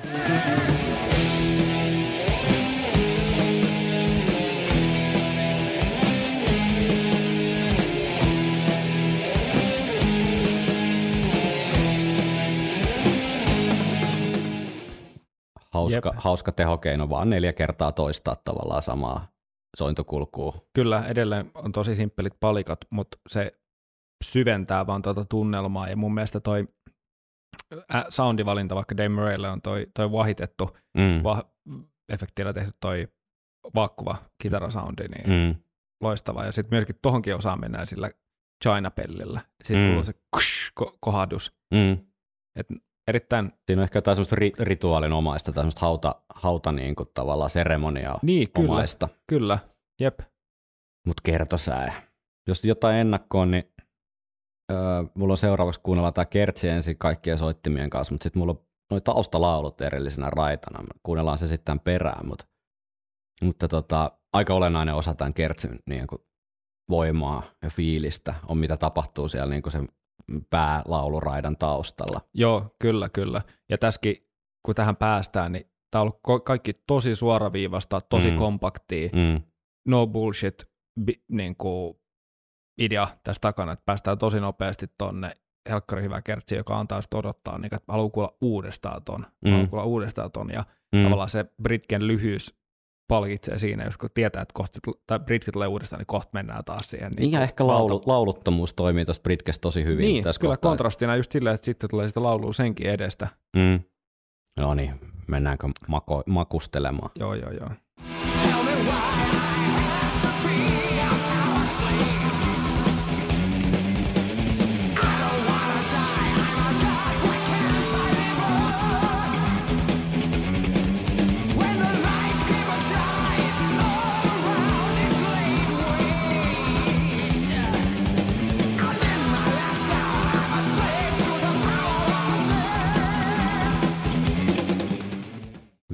Hauska tehokeino, vaan 4 kertaa toistaa tavallaan samaa sointukulkua. Kyllä, edelleen on tosi simppelit palikat, mutta se syventää vaan tuota tunnelmaa, ja mun mielestä toi soundivalinta, vaikka Dave Murraylle on toi vahitettu, efektillä tehty toi vaakkuva kitarasoundi, niin loistava, ja sitten myöskin tohonkin osaan mennään sillä China-pellillä, sitten kuuluu se kohdus, että erittäin... Siinä on ehkä jotain semmoista rituaalinomaista tai semmoista hauta niin kuin tavallaan seremoniaa omaista. Kyllä, jep. Mut kertosää. Jos jotain ennakkoon, niin mulla on seuraavaksi kuunnella tämä kertsi ensin kaikkien soittimien kanssa, mutta sitten mulla on noi taustalaulut erillisenä raitana. Kuunnellaan se sitten perään, mutta aika olennainen osa tämän kertsin niin kuin voimaa ja fiilistä on, mitä tapahtuu siellä niin kuin sen päälauluraidan taustalla. Joo, kyllä. Ja tässäkin, kun tähän päästään, niin tämä on ollut kaikki tosi suoraviivasta, tosi kompaktia, no bullshit niin kuin idea tässä takana, että päästään tosi nopeasti tonne helkkari hyvä kertsi, joka antaa sitten odottaa, niin että haluaa kuulla uudestaan ton, ja tavallaan se Britken lyhyys palkitsee siinä, jos kun tietää, että kohta Britke tulee uudestaan, niin kohta mennään taas siihen. Niin ja ehkä lauluttomuus toimii tuossa Britkestä tosi hyvin. Niin, tässä kyllä kohtaa. Kontrastina just silleen, että sitten tulee sitä laulua senkin edestä. No niin, mennäänkö makustelemaan? Joo.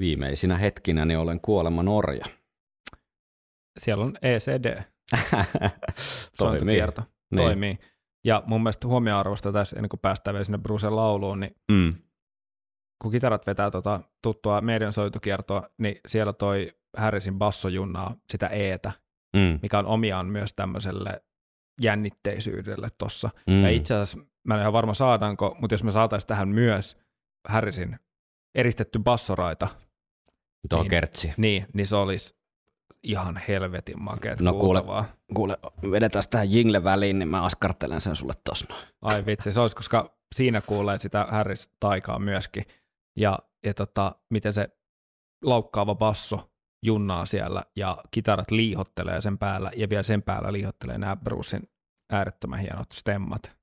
viimeisinä hetkinä niin olen kuoleman orja. Siellä on ECD. Toimii. Toimii. Ja mun mielestä huomioarvosta tässä, ennen kuin päästään vielä sinne Brucen lauluun, niin kun kitarat vetää tuttua median soitokiertoa, niin siellä toi Harrisin basso junnaa sitä eetä, mikä on omiaan myös tämmöiselle jännitteisyydelle tossa. Ja itse asiassa, mä en ihan varma saadaanko, mutta jos me saataisiin tähän myös Harrisin eristetty bassoraita, tuo kertsi. Niin se olisi ihan helvetin makeet kuultavaa. Kuule, vedetään tähän jingle väliin, niin mä askartelen sen sulle tossa noin. Ai vitsi, se olisi, koska siinä kuulee sitä Harris-taikaa myöskin. Ja miten se laukkaava basso junnaa siellä ja kitarat liihottelee sen päällä ja vielä sen päällä liihottelee nämä Brucen äärettömän hienot stemmat.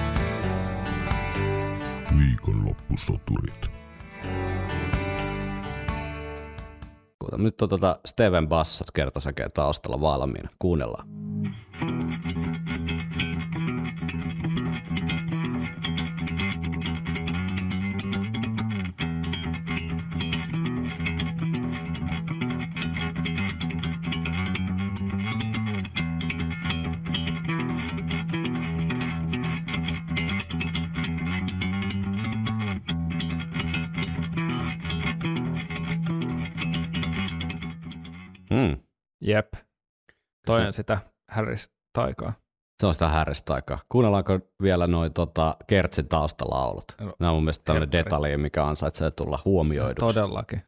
Viikonloppusoturit. Nyt on Steven bassot kertosäkeen taustalla valmiina. Kuunnellaan. Jep. Toi on sitä Harris-taikaa. Se on sitä Harris-taikaa. Kuunnellaanko vielä noin Kertsin taustalaulut? Nämä on mun mielestä tämmöinen detalji, mikä ansaitsee tulla huomioiduksi. Todellakin.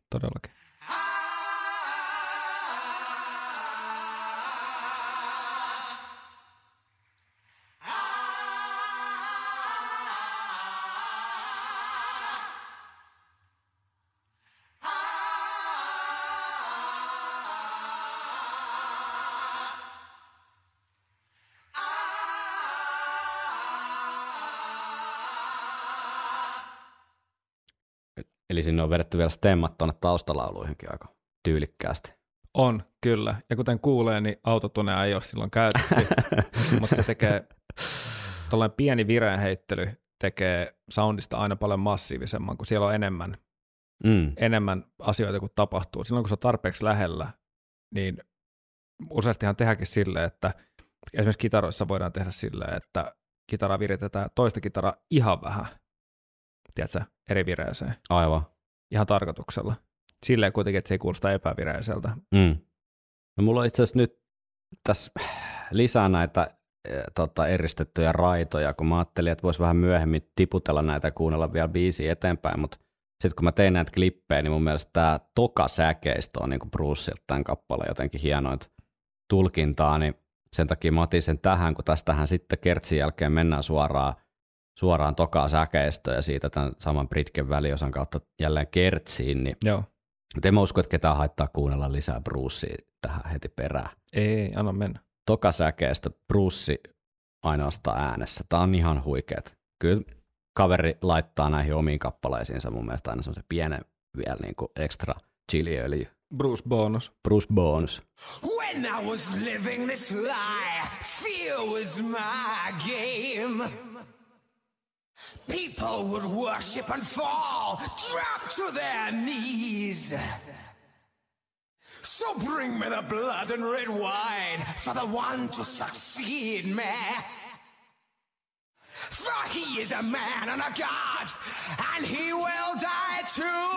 Eli sinne on vedetty vielä stemmat tuonne taustalauluihinkin aika tyylikkäästi. On, kyllä. Ja kuten kuulee, niin autotunea ei ole silloin käytetty, mutta se tekee, tuollainen pieni vireenheittely tekee soundista aina paljon massiivisemman, kun siellä on enemmän asioita, kun tapahtuu. Silloin kun se on tarpeeksi lähellä, niin useastihan tehdäänkin silleen, että esimerkiksi kitaroissa voidaan tehdä silleen, että kitaraa viritetään toista kitaraa ihan vähän, tiedätkö, eri vireeseen. Aivan. Ihan tarkoituksella. Silleen kuitenkin, että se ei kuulosta epävireiseltä. No mulla on itse asiassa nyt tässä lisää näitä eristettyjä raitoja, kun mä ajattelin, että voisi vähän myöhemmin tiputella näitä ja kuunnella vielä biisiä eteenpäin, mutta sitten kun mä tein näitä klippejä, niin mun mielestä tämä toka-säkeistö on niin kuin Brucelta tämän kappaleen jotenkin hienointa tulkintaa, niin sen takia mä otin sen tähän, kun tästähän sitten Kertsin jälkeen mennään suoraan tokaa säkeistöön ja siitä tämän saman Britken väliosan kautta jälleen Kertsiin, niin joo. Mutta en mä usko, että ketään haittaa kuunnella lisää Brucea tähän heti perään. Ei, anna mennä. Toka säkeistä Bruce ainoastaan äänessä. Tää on ihan huikeet. Kyllä kaveri laittaa näihin omiin kappaleisiinsa mun mielestä aina semmoisen pienen vielä niinku extra chiliöljy. Bruce bonus. Bruce bonus. When I was living this lie, fear was my game. People would worship and fall, drop to their knees. So bring me the blood and red wine for the one to succeed me. For he is a man and a god, and he will die too.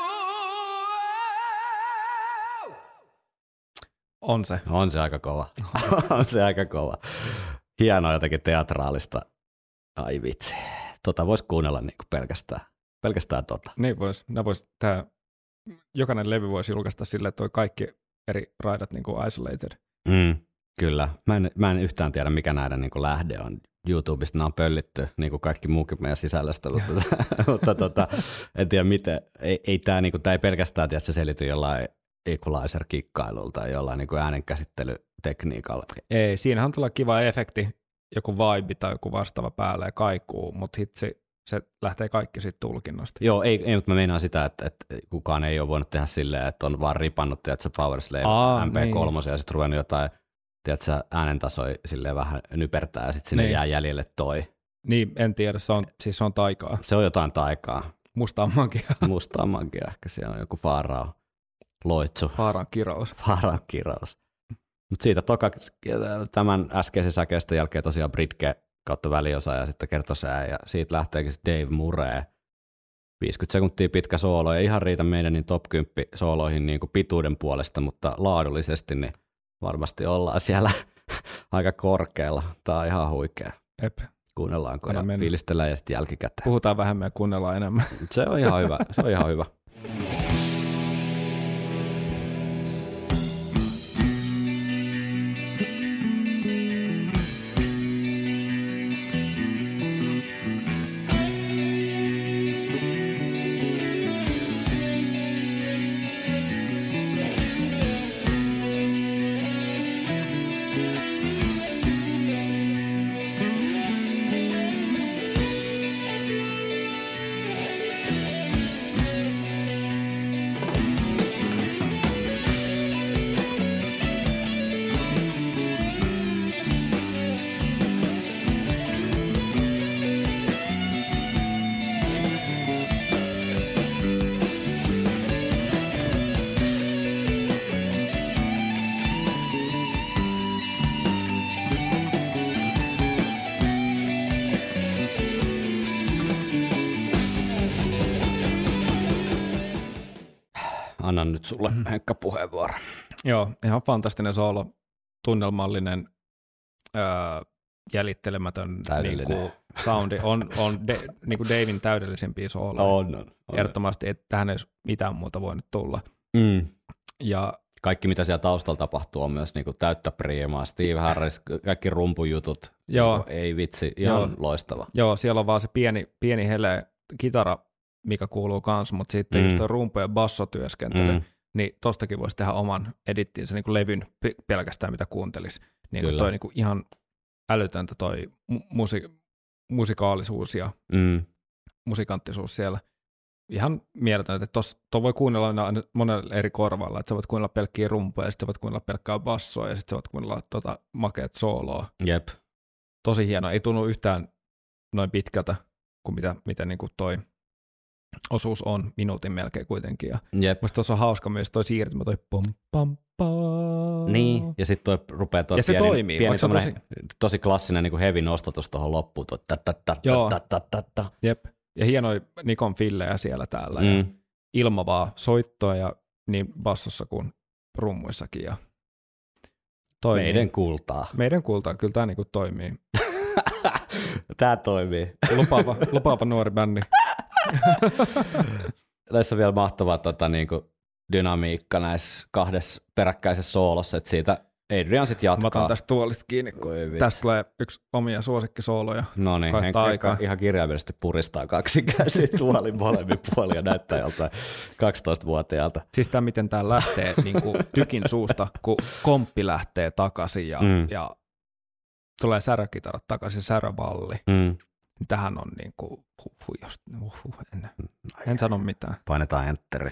On se. On se aika kova. On se aika kova. Hienoa jotenkin teatraalista. Ai vitsi. Voisi kuunnella niinku pelkästään tota. Niin vois, jokainen levy voisi julkaista silleen, että toi kaikki eri raidat niinku isolated. Kyllä. Mä en yhtään tiedä, mikä näiden niinku lähde on. YouTubesta nämä on pöllitty, niin kuin kaikki muukin meidän sisällöstä, mutta en tiedä miten. Ei tämä niinku, ei pelkästään tiedä, se selity jollain equalizer-kikkailulta tai jollain niinku äänenkäsittelytekniikalla. Ei, siinähän on tulla kiva efekti, joku vibe tai joku vastaava päälle ja kaikuu, mutta hitsi, se lähtee kaikki siitä tulkinnasta. Joo, ei, mutta mä meinaan sitä, että kukaan ei ole voinut tehdä silleen, että on vaan ripannut, tiedätkö, Powerslave MP3 niin. Ja sitten ruvennut jotain, tiedätkö, äänentasoi silleen vähän nypertää ja sitten sinne jää jäljelle toi. Niin, en tiedä, se on taikaa. Se on jotain taikaa. Mustaa magiaa. Mustaa magiaa, ehkä siellä on joku faarao loitsu. Faaran kirous. Faaran kirous. Mutta siitä tämän äskeisen säkeistön jälkeen tosiaan Britke kautta väliosa ja sitten kertosää ja siitä lähteekin Dave Murray. 50 sekuntia pitkä soolo, ei ihan riitä meidän niin top 10 sooloihin niin kuin pituuden puolesta, mutta laadullisesti niin varmasti ollaan siellä aika korkealla. Tää on ihan huikea. Ep. Kuunnellaanko ja fiilistellään ja sitten jälkikäteen. Puhutaan vähemmän ja kuunnellaan enemmän. Se on ihan hyvä. Se on ihan hyvä. Annan nyt sulle Henkka puheenvuoro. Joo, ihan fantastinen soolo, tunnelmallinen, jäljittelemätön niinku, soundi. On niinku Davin täydellisempiä sooloja. On. Ehdottomasti, että tähän ei mitään muuta voinut tulla. Ja kaikki, mitä siellä taustalla tapahtuu, on myös niinku täyttä priimaa. Steve Harris, kaikki rumpujutut. Joo. Ei vitsi, ihan loistava. Joo, siellä on vaan se pieni hele kitara, mikä kuuluu kanssa, mutta sitten just rumpu- ja bassotyöskentely, niin tostakin voisi tehdä oman edittinsä niin kuin levyn pelkästään, mitä kuuntelisi. Niin kuin toi niin kuin ihan älytöntä toi musikaalisuus ja musikanttisuus siellä. Ihan mieletöntä, että tuo voi kuunnella monella eri korvalla, että sä voit kuunnella pelkkiä rumpuja, ja sitten voit kuunnella pelkkää bassoa, ja sitten sä voit kuunnella makeat sooloa. Jep. Tosi hieno, ei tunnu yhtään noin pitkältä kuin mitä niin kuin toi osuus on minuutin melkein kuitenkin. Ja musta tuossa on hauska myös toi siirtymä, toi pom pam pam. Niin, ja sitten toi rupeaa toi pieni tosi klassinen niin kuin heavy nostatus tuohon loppuun. Jep, ja hienoja Nikon fillejä siellä täällä. Ja ilmavaa soittoa ja niin bassossa kuin rummuissakin. Ja meidän kultaa. Meidän kultaa, kyllä tämä niinku toimii. Tää toimii. Lupaava nuori bändi. Näissä on vielä mahtavaa niinku dynamiikka näissä kahdessa peräkkäisessä soolossa, että siitä Adrian sitten jatkaa. Mä otan tästä tuolista kiinni, kun tästä tulee yksi omia suosikkisooloja. No niin, Henkka ihan kirjaimellisesti puristaa kaksin käsin tuolin molemmin puolin ja näyttää joltain 12-vuotiaalta. Siis tämä, miten tämä lähtee niin kuin tykin suusta, kun komppi lähtee takaisin ja tulee särökitarat takaisin, särövalli. Tähän on niin kuin, en sano mitään. Painetaan entteri.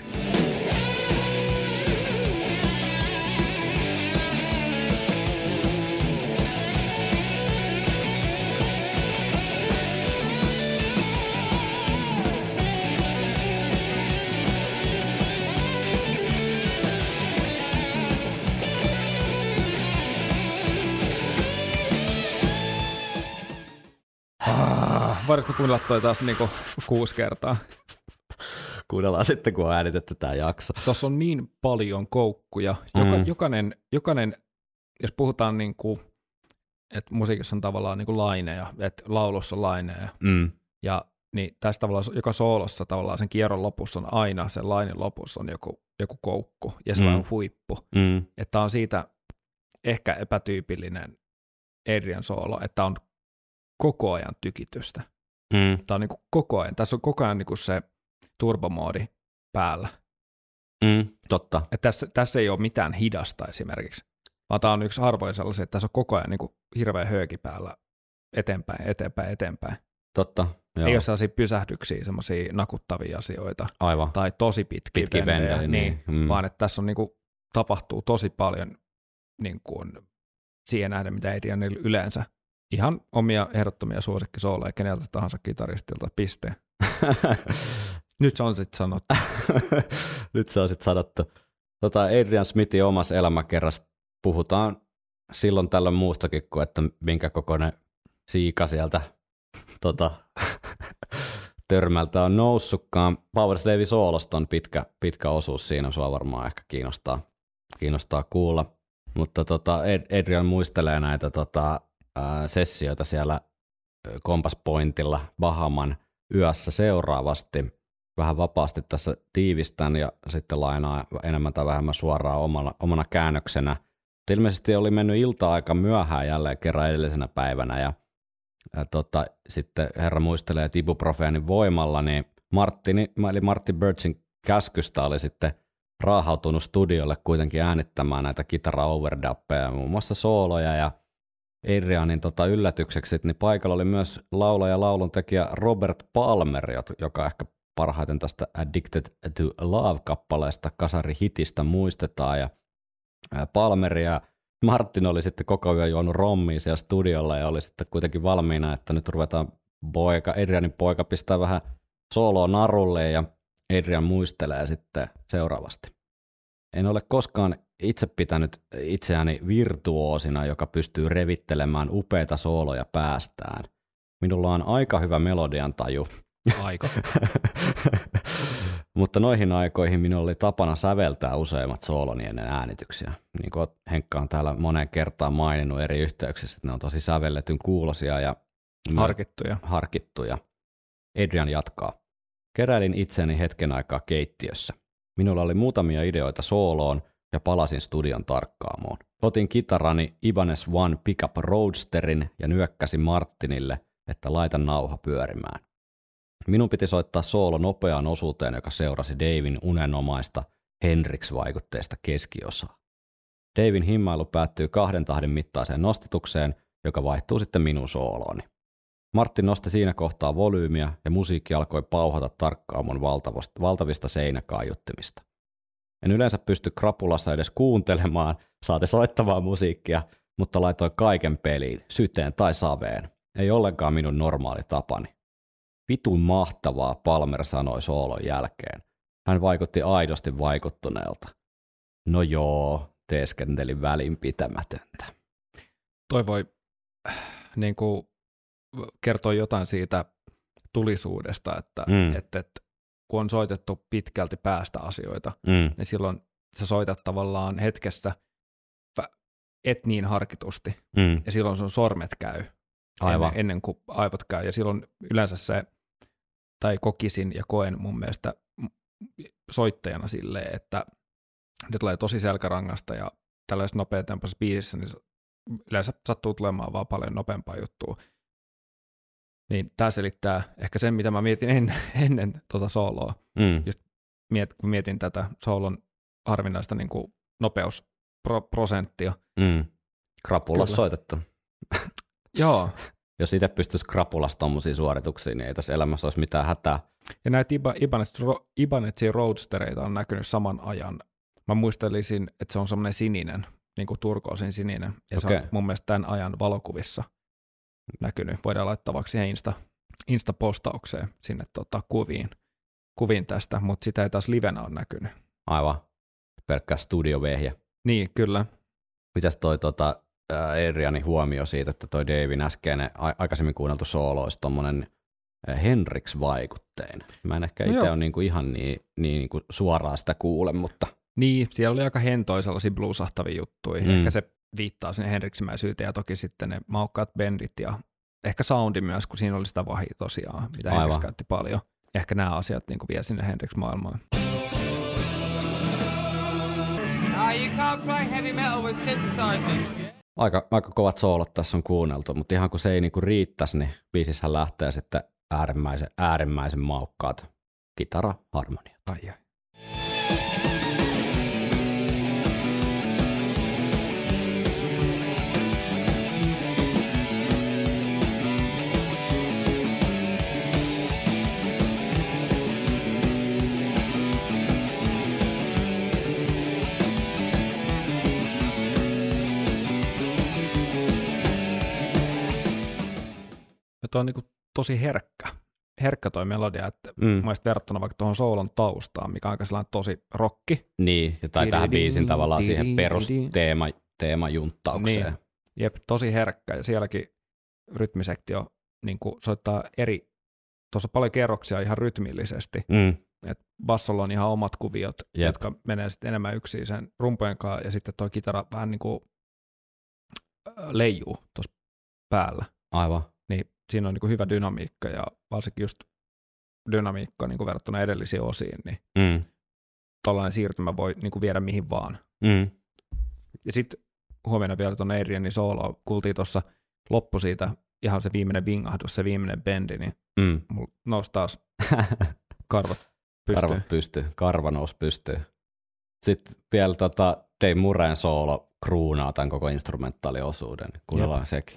Voidaan kuunnella toi taas niinku 6 kertaa. Kuunnellaan sitten, kun on äänitetty tämä jakso. Tuossa on niin paljon koukkuja. Jokainen, jos puhutaan niinku, että musiikissa on tavallaan niinku laineja, että laulussa on laineja, ja niin tässä tavallaan joka soolossa tavallaan sen kierron lopussa on aina, sen lainin lopussa on joku koukku, ja se on huippu. Että on siitä ehkä epätyypillinen Adrian soolo, että on koko ajan tykitystä. Tämä on niinku koko ajan, tässä on koko ajan niinku se turbomoodi päällä. Totta. Et tässä ei ole mitään hidasta esimerkiksi, vaan tämä on yksi harvoin sellaisia, että tässä on koko ajan niinku hirveä hööki päällä eteenpäin. Totta. Joo. Ei ole sellaisia pysähdyksiä, semmoisia nakuttavia asioita. Aivan. Tai tosi pitkiä bendejä, niin, vaan että tässä on niinku, tapahtuu tosi paljon niinku, siihen nähden, mitä Adrianilla yleensä. Ihan omia ehdottomia suosikkisooloja keneltä tahansa kitaristilta, piste. Nyt se on sitten sanottu. Nyt se on sitten sanottu. Adrian Smithin omassa elämäkerrassa puhutaan silloin tällöin muustakin kuin, että minkä kokoinen siika sieltä törmältä on noussutkaan. Power Slave soolosta on pitkä osuus siinä, sua varmaan ehkä kiinnostaa kuulla. Mutta Adrian muistelee näitä sessioita siellä Compass Pointilla Bahaman yössä seuraavasti. Vähän vapaasti tässä tiivistän ja sitten lainaa enemmän tai vähemmän suoraan omana käännöksenä. Ilmeisesti oli mennyt ilta aika myöhään jälleen kerran edellisenä päivänä ja sitten herra muistelee, että ibuprofeenin voimalla, niin Martin Birchin käskystä oli sitten raahautunut studiolle kuitenkin äänittämään näitä kitara-overdubbeja, muun muassa sooloja ja Adrianin yllätykseksi, niin paikalla oli myös laulaja ja lauluntekijä Robert Palmer, joka ehkä parhaiten tästä Addicted to Love-kappaleesta kasarihitistä muistetaan ja Palmer ja Martin oli sitten koko ajan juonut rommia siellä studiolla ja oli sitten kuitenkin valmiina, että nyt ruvetaan Adrianin poika pistää vähän sooloa narulle ja Adrian muistelee sitten seuraavasti. En ole koskaan itse pitänyt itseäni virtuoosina, joka pystyy revittelemään upeita sooloja päästään. Minulla on aika hyvä melodian taju. Aika. Mutta noihin aikoihin minulla oli tapana säveltää useimmat sooloni ennen äänityksiä. Niin kuin Henkka on täällä moneen kertaan maininnut eri yhteyksissä, että ne on tosi sävelletyn kuulosia ja harkittuja. Adrian jatkaa. Keräilin itseni hetken aikaa keittiössä. Minulla oli muutamia ideoita sooloon ja palasin studion tarkkaamoon. Otin kitarani Ibanez One Pickup Roadsterin ja nyökkäsin Martinille, että laita nauha pyörimään. Minun piti soittaa soolo nopeaan osuuteen, joka seurasi Davin unenomaista Hendrix-vaikutteista keskiosaa. Davin himmailu päättyy 2 tahdin mittaiseen nostetukseen, joka vaihtuu sitten minun soolooni. Martin nosti siinä kohtaa volyymiä ja musiikki alkoi pauhata tarkkaamon valtavista seinäkaiuttimista. En yleensä pysty krapulassa edes kuuntelemaan, saati soittamaan musiikkia, mutta laitoin kaiken peliin, syteen tai saveen. Ei ollenkaan minun normaali tapani. Vitun mahtavaa, Palmer sanoi soolon jälkeen. Hän vaikutti aidosti vaikuttuneelta. No joo, teeskentelin välinpitämätöntä. Toi voi niin kuin kertoo jotain siitä tulisuudesta, että kun on soitettu pitkälti päästä asioita, niin silloin sä soitat tavallaan hetkessä et niin harkitusti, ja silloin sun sormet käy ennen kuin aivot käy, ja silloin yleensä se, tai kokisin ja koen mun mielestä soittajana silleen, että ne tulee tosi selkärangasta, ja tällaisessa nopeatempoisessa biisissä, niin yleensä sattuu tulemaan vaan paljon nopeampaa juttua. Niin tämä selittää ehkä sen, mitä mä mietin ennen tuota sooloa. Just kun mietin tätä soolon harvinaista niin kuin nopeusprosenttia. Krapulassa soitettu. Joo. Jos itse pystyisi krapulassa tommosia suorituksia, niin ei tässä elämässä olisi mitään hätää. Ja näitä Ibanezin Roadstereita on näkynyt saman ajan. Mä muistelisin, että se on semmoinen sininen, niin kuin turkoosin sininen. Ja se on mun mielestä tämän ajan valokuvissa näkynyt. Voidaan laittavaksi Insta-postaukseen sinne kuviin tästä, mutta sitä ei taas livenä ole näkynyt. Aivan. Pelkkä studiovehjä. Niin, kyllä. Mitäs toi Adrianin huomio siitä, että toi Davin äskeinen aikaisemmin kuunneltu soolo olisi tommonen Hendrix-vaikutteinen. Mä en ehkä itse ole niinku ihan niin suoraan sitä kuule, mutta... Niin, siellä oli aika hentoja sellaisia bluesahtavia juttuja. Ehkä se viittaa sinne Hendriximäisyyteen ja toki sitten ne maukkaat bendit ja ehkä soundi myös, kun siinä oli sitä vahia tosiaan, mitä Hendrix käytti paljon. Ehkä nämä asiat niin vie sinne Hendrix-maailmaan. Aika kovat soolot tässä on kuunneltu, mutta ihan kun se ei niinku riittäisi, niin biisissähän lähtee sitten äärimmäisen maukkaat kitaraharmoniat. Ai. Tuo on niin tosi herkkä herkkä toi melodia, että mun mielestä verrattuna vaikka tuohon soolon taustaan, mikä on aika sellainen tosi rokki. Niin, tai tähän biisin tavallaan siihen perusteemajunttaukseen. Niin, jep, tosi herkkä, ja sielläkin rytmisektio niin soittaa tuossa paljon kerroksia ihan rytmillisesti. Et bassolla on ihan omat kuviot, jotka menee sitten enemmän yksin sen rumpujen kanssa, ja sitten tuo kitara vähän niin kuin leijuu tuossa päällä. Aivan. Niin siinä on niin kuin hyvä dynamiikka, ja varsinkin just dynamiikka niin kuin verrattuna edellisiin osiin, niin tällainen siirtymä voi niin kuin viedä mihin vaan. Ja sitten huomenna vielä tuonne Adrianin sooloa, kuultiin tuossa loppu siitä, ihan se viimeinen vingahdus, se viimeinen bendi, niin mulla nousi taas karvat pystyy. Karva nousi pystyy. Sitten vielä Dave Murrayn soolo kruunaa tämän koko instrumentaaliosuuden. Kuunnellaan sekin.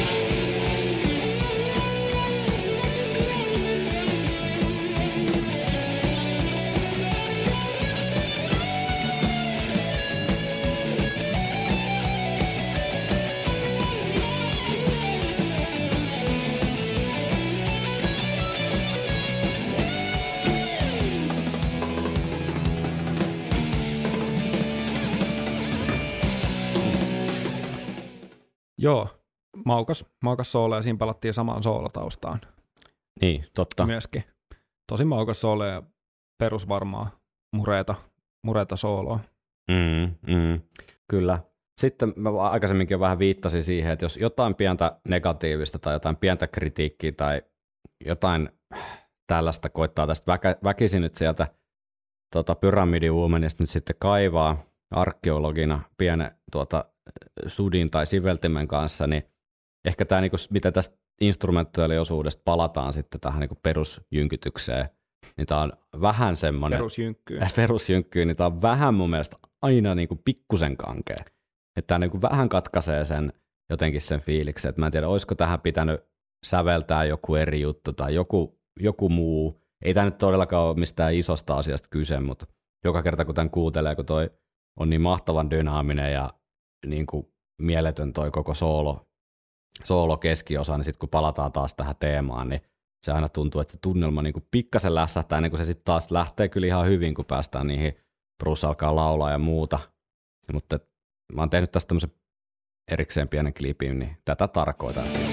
Joo, maukas soolo, ja siinä palattiin samaan soolotaustaan. Niin, totta. Myöskin. Tosi maukas soolo ja perusvarmaa mureeta sooloa. Kyllä. Sitten mä aikaisemminkin vähän viittasin siihen, että jos jotain pientä negatiivista tai jotain pientä kritiikkiä tai jotain tällaista koittaa tästä väkisin nyt sieltä Pyramidi Womanista nyt sitten kaivaa arkeologina pienen sudin tai siveltimen kanssa, niin ehkä tämä, niinku, miten tästä instrumentaaliosuudesta palataan sitten tähän niinku perusjynkytykseen, niin tämä on vähän semmoinen perusjynkkyyn, niin tämä on vähän mun mielestä aina niinku pikkusen kankea. Että tämä niinku vähän katkaisee sen jotenkin sen fiiliksen, että mä en tiedä, olisiko tähän pitänyt säveltää joku eri juttu tai joku muu. Ei tämä nyt todellakaan ole mistään isosta asiasta kyse, mutta joka kerta kun tämän kuuntelee, kun toi on niin mahtavan dynaaminen ja niin kuin mieletön toi koko soolo keskiosa, niin sitten kun palataan taas tähän teemaan, niin se aina tuntuu, että se tunnelma niin kuin pikkasen lässähtää, ennen kuin se sitten taas lähtee kyllä ihan hyvin, kun päästään niihin, Bruce alkaa laulaa ja muuta. Mutta mä oon tehnyt tästä tämmöisen erikseen pienen klipin, niin tätä tarkoitan siis.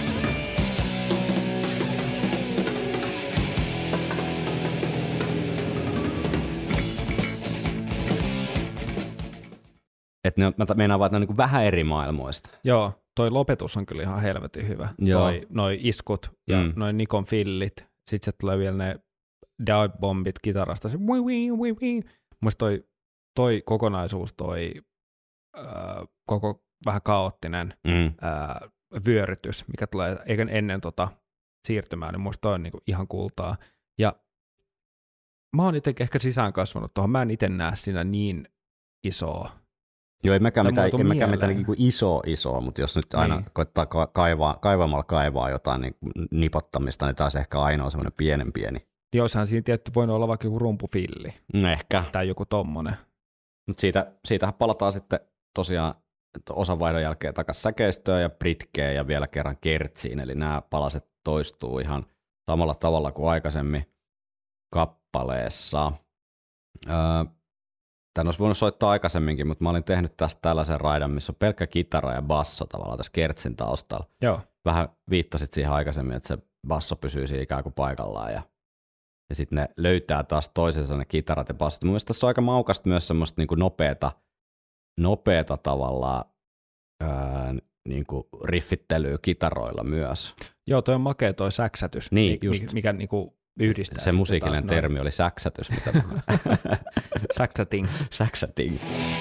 Että mä meinaan vaan, että ne on niin vähän eri maailmoista. Joo, toi lopetus on kyllä ihan helvetin hyvä. Noi iskut ja noi Nikon fillit. Sitten se tulee vielä ne dive-bombit kitarasta. Mielestäni toi kokonaisuus, koko vähän kaoottinen vyörytys, mikä tulee ennen siirtymää, niin musta toi on niinku ihan kultaa. Ja mä oon jotenkin ehkä sisään kasvanut tuohon. Mä en itse näe siinä niin isoa. Joo, ei mekään mitään niin isoa, mutta jos nyt aina koittaa kaivamalla kaivaa jotain niin nipottamista, niin taas ehkä ainoa semmoinen pieni. Joissain siinä tietty voinut olla vaikka joku rumpufilli. Ehkä. Tai joku tommonen. Mutta siitähän palataan sitten tosiaan osanvaihdon jälkeen takaisin säkeistöön ja britkeen ja vielä kerran kertsiin, eli nämä palaset toistuu ihan samalla tavalla kuin aikaisemmin kappaleessa. Tän olisi voinut soittaa aikaisemminkin, mutta mä olin tehnyt tästä tällaisen raidan, missä on pelkkä kitara ja basso tavallaan tässä kertsin taustalla. Joo. Vähän viittasit siihen aikaisemmin, että se basso pysyy siinä ikään kuin paikallaan ja sitten ne löytää taas toisensa ne kitarat ja bassot. Mun mielestä tässä on aika maukasta myös semmoista niinku nopeata tavallaan niinku riffittelyä kitaroilla myös. Joo, toi on makea toi säksätys, niin, mikä niinku yhdistää. Se musiikillinen termi oli säksätys. Säksäting. Säksäting.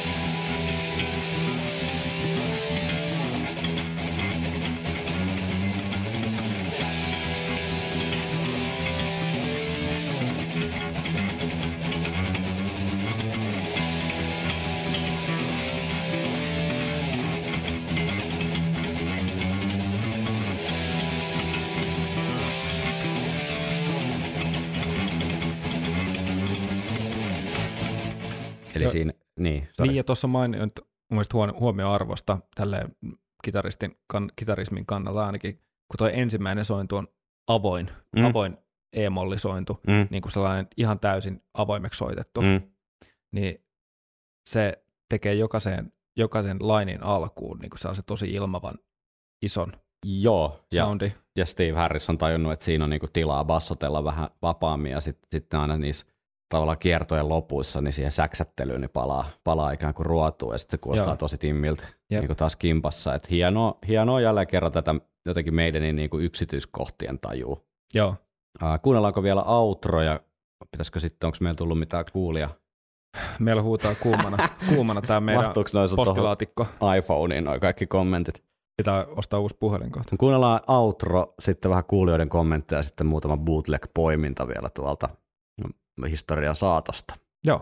Eli siinä, niin ja tuossa mainin mun mielestä huomioarvosta tälleen kitarismin kannalta ainakin, kun toi ensimmäinen sointu on avoin e-mollisointu, niin kuin sellainen ihan täysin avoimeksi soitettu, niin se tekee jokaisen lainin alkuun niin kuin sellaisen tosi ilmavan ison soundi. Ja Steve Harris on tajunnut, että siinä on niinku tilaa bassotella vähän vapaammin ja sitten aina niissä tavallaan kiertojen lopuissa niin siihen säksättelyyn niin palaa ikään kuin ruotuun ja sitten se kuulostaa tosi timmiltä niinku taas kimpassa. Et hienoa jälleen kerran tätä jotenkin meidän niinku yksityiskohtien tajuu. Joo. Kuunnellaanko vielä outro ja pitäisikö sitten, onko meillä tullut mitään kuulia? Meillä huutaa kuumana tämä meidän postilaatikko. iPhoneen noi kaikki kommentit. Pitää ostaa uusi puhelin kohta. Kuunnellaan outro, sitten vähän kuulijoiden kommentteja ja sitten muutama bootleg-poiminta vielä tuolta historian saatosta. Joo.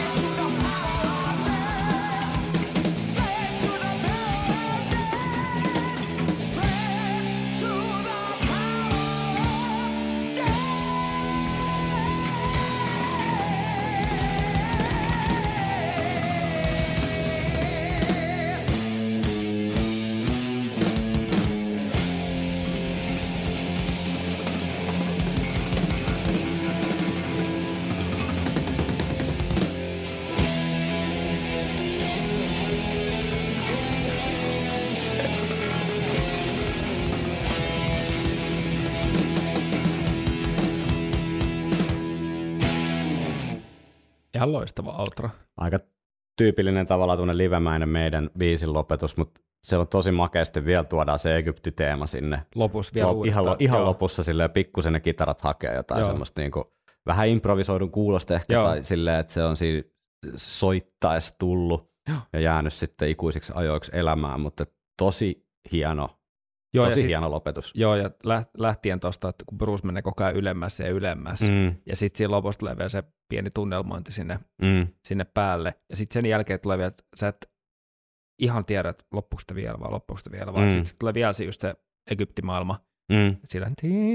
Ihan loistava outro. Aika tyypillinen tavallaan tuonne livemäinen meidän biisin lopetus, mutta se on tosi makeasti vielä tuodaan se Egypti-teema sinne. Lopussa vielä ihan lopussa silleen pikkusen ne kitarat hakee jotain semmoista niinku, vähän improvisoidun kuulosta ehkä tai silleen, että se on siinä soittaessa tullut ja jäänyt sitten ikuisiksi ajoiksi elämään, mutta tosi hieno. Hieno lopetus. Joo, ja lähtien tuosta, että kun Bruce menee koko ajan ylemmäs ja ylemmäs, ja sitten siinä lopussa tulee vielä se pieni tunnelmointi sinne päälle, ja sitten sen jälkeen tulee vielä, että sä et ihan tiedä, että loppuuko sitä vielä, vaan sitten tulee vielä just se Egyptimaailma, sillä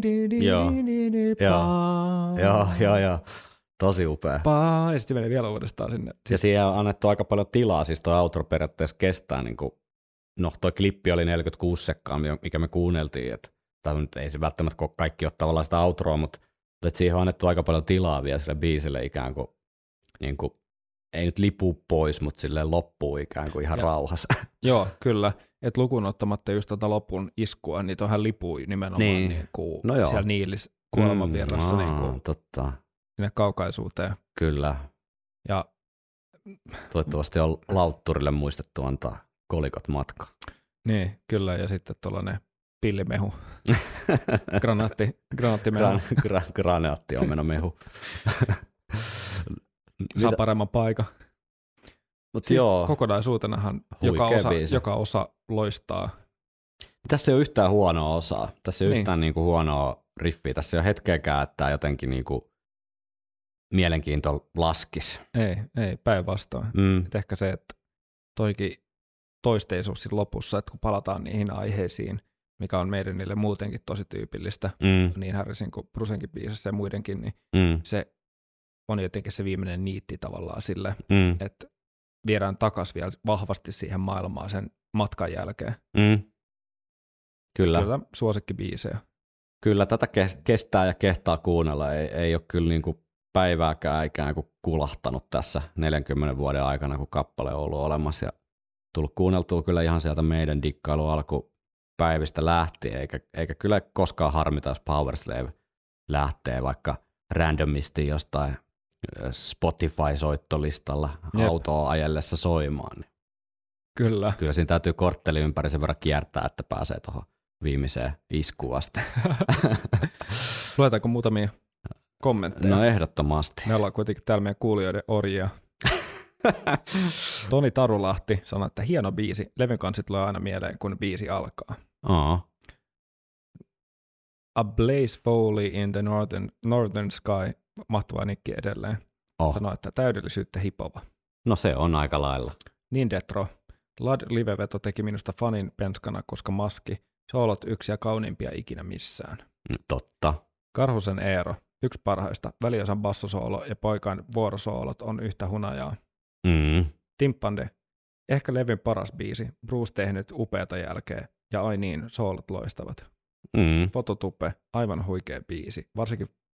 Joo. Tosi upea. Ja sitten menee vielä uudestaan sinne. Ja siihen on annettu aika paljon tilaa, siis tuo outro periaatteessa kestää niin kuin toi klippi oli 46 sekkaa, mikä me kuunneltiin, että nyt ei se välttämättä kaikki ole tavallaan sitä outroa, mutta että siihen on annettu aika paljon tilaa vielä sille biisille ikään kuin, niin kuin ei nyt lipu pois, mutta silleen loppuu ikään kuin ihan rauhassa. Joo, kyllä. Että lukuun ottamatta just tätä lopun iskua, niin tuohan lipui nimenomaan niin kuin siellä Niilis kuoleman vieressä niin totta. Sinne kaukaisuuteen. Kyllä. Ja toivottavasti on lautturille muistettu antaa kolikot matka. Niin, kyllä, ja sitten tuollainen pillimehu, granaattimehu. Granaattiomenomehu. Saa paremman paikan. Mut siis kokonaisuutenahan joka osa loistaa. Tässä ei ole yhtään huonoa osaa. Tässä ei ole yhtään niinku huonoa riffiä. Tässä ei ole hetkeäkään, että jotenkin niinku mielenkiinto laskisi. Ei päinvastoin. Ehkä se, että toisteisuus lopussa, että kun palataan niihin aiheisiin, mikä on meidän niille muutenkin tosi tyypillistä, niin Harrisin kuin Brucenkin biisissä ja muidenkin, niin se on jotenkin se viimeinen niitti tavallaan sille, että viedään takaisin vielä vahvasti siihen maailmaan sen matkan jälkeen. Kyllä suosikkibiisejä. Kyllä tätä kestää ja kehtaa kuunnella. Ei ole kyllä niinku päivääkään ikään kuin kulahtanut tässä 40 vuoden aikana, kun kappale on ollut olemassa ja tullut kuunneltua kyllä ihan sieltä meidän dikkailu alkupäivistä lähtien, eikä kyllä koskaan harmita, jos Powerslave lähtee vaikka randomisti jostain Spotify-soittolistalla autoa ajellessa soimaan. Niin kyllä siinä täytyy kortteli ympäri sen verran kiertää, että pääsee tuohon viimeiseen iskuun asti. Luetaanko muutamia kommentteja? No ehdottomasti. Me ollaan kuitenkin täällä meidän kuulijoiden orjia. Toni Tarulahti sanoi, että hieno biisi. Levyn kanssa tulee aina mieleen, kun biisi alkaa. A Blaze Foley in the Northern Sky. Mahtavaa nikki edelleen. Sanoi, että täydellisyyttä hipova. No se on aika lailla. Niin Detro. Lad liveveto teki minusta fanin penskana, koska maski. Soolot yksi ja kauniimpia ikinä missään. Totta. Karhusen Eero. Yksi parhaista. Väliosan bassosoolo ja poikain vuorosoolot on yhtä hunajaa. Timpande. Ehkä levyn paras biisi. Bruce tehnyt upeata jälkeen. Ja ai niin, soolot loistavat. Fototupe. Aivan huikea biisi. Varsinkin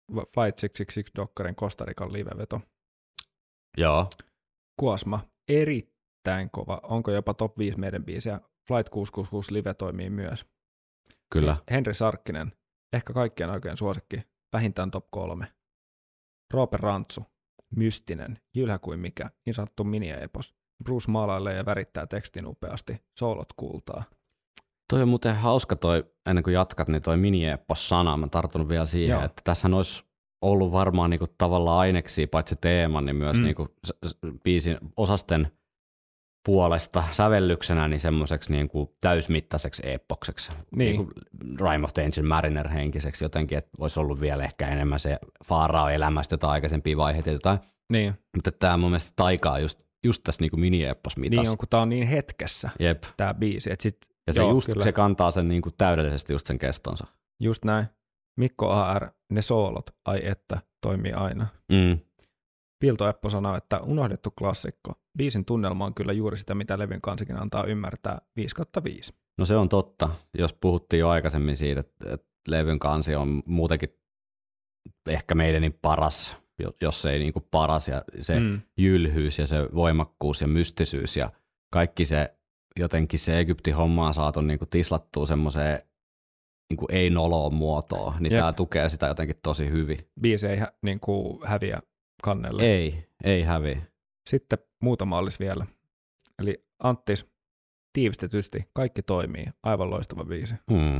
Flight 666 Dokkarin Costa Rican liveveto. Joo. Kuosma, erittäin kova. Onko jopa top 5 meidän biisiä? Flight 666 live toimii myös. Kyllä. Henri Sarkkinen, ehkä kaikkien oikein suosikki, vähintään top 3. Roope Rantsu, mystinen, jylhä kuin mikä, niin sanottu mini-epos. Bruce maalailee ja värittää tekstin upeasti, soolot kuultaa. Toi on muuten hauska ennen kuin jatkat, niin toi mini-epos-sana, mä tartun vielä siihen, että tässähän olisi ollut varmaan niinku tavallaan aineksia, paitsi teeman, niin myös niinku biisin osasten puolesta sävellyksenä niin semmoiseksi niinku täysmittaiseksi epokseksi. Niinku Rime of the Ancient Mariner -henkiseksi jotenkin, että olisi ollut vielä ehkä enemmän se Faarao-elämästä jotain aikaisempia vaiheita jotain. Niin. Mutta tämä mun mielestä taikaa just tässä niinku mini-epos-mitassa. Niin on, kun tää on niin hetkessä, tämä biisi. Et sit, ja se kantaa sen niinku täydellisesti just sen kestonsa. Just näin. Mikko AR, ne soolot, ai että, toimii aina. Pilto Eppo sanoi, että unohdettu klassikko. Biisin tunnelma on kyllä juuri sitä, mitä levyn kansikin antaa ymmärtää 5/5. No se on totta. Jos puhuttiin jo aikaisemmin siitä, että levyn kansi on muutenkin ehkä meidänin paras, jos ei niin kuin paras, ja se jylhyys ja se voimakkuus ja mystisyys ja kaikki se jotenkin se Egyptin homma on saatu niin kuin tislattua semmoiseen niin kuin ei-noloon muotoon, niin tämä tukee sitä jotenkin tosi hyvin. Biisi ei niin kuin häviä kannelle. Ei häviä. Sitten muutama olisi vielä. Eli Anttis, tiivistetysti, kaikki toimii, aivan loistava biisi.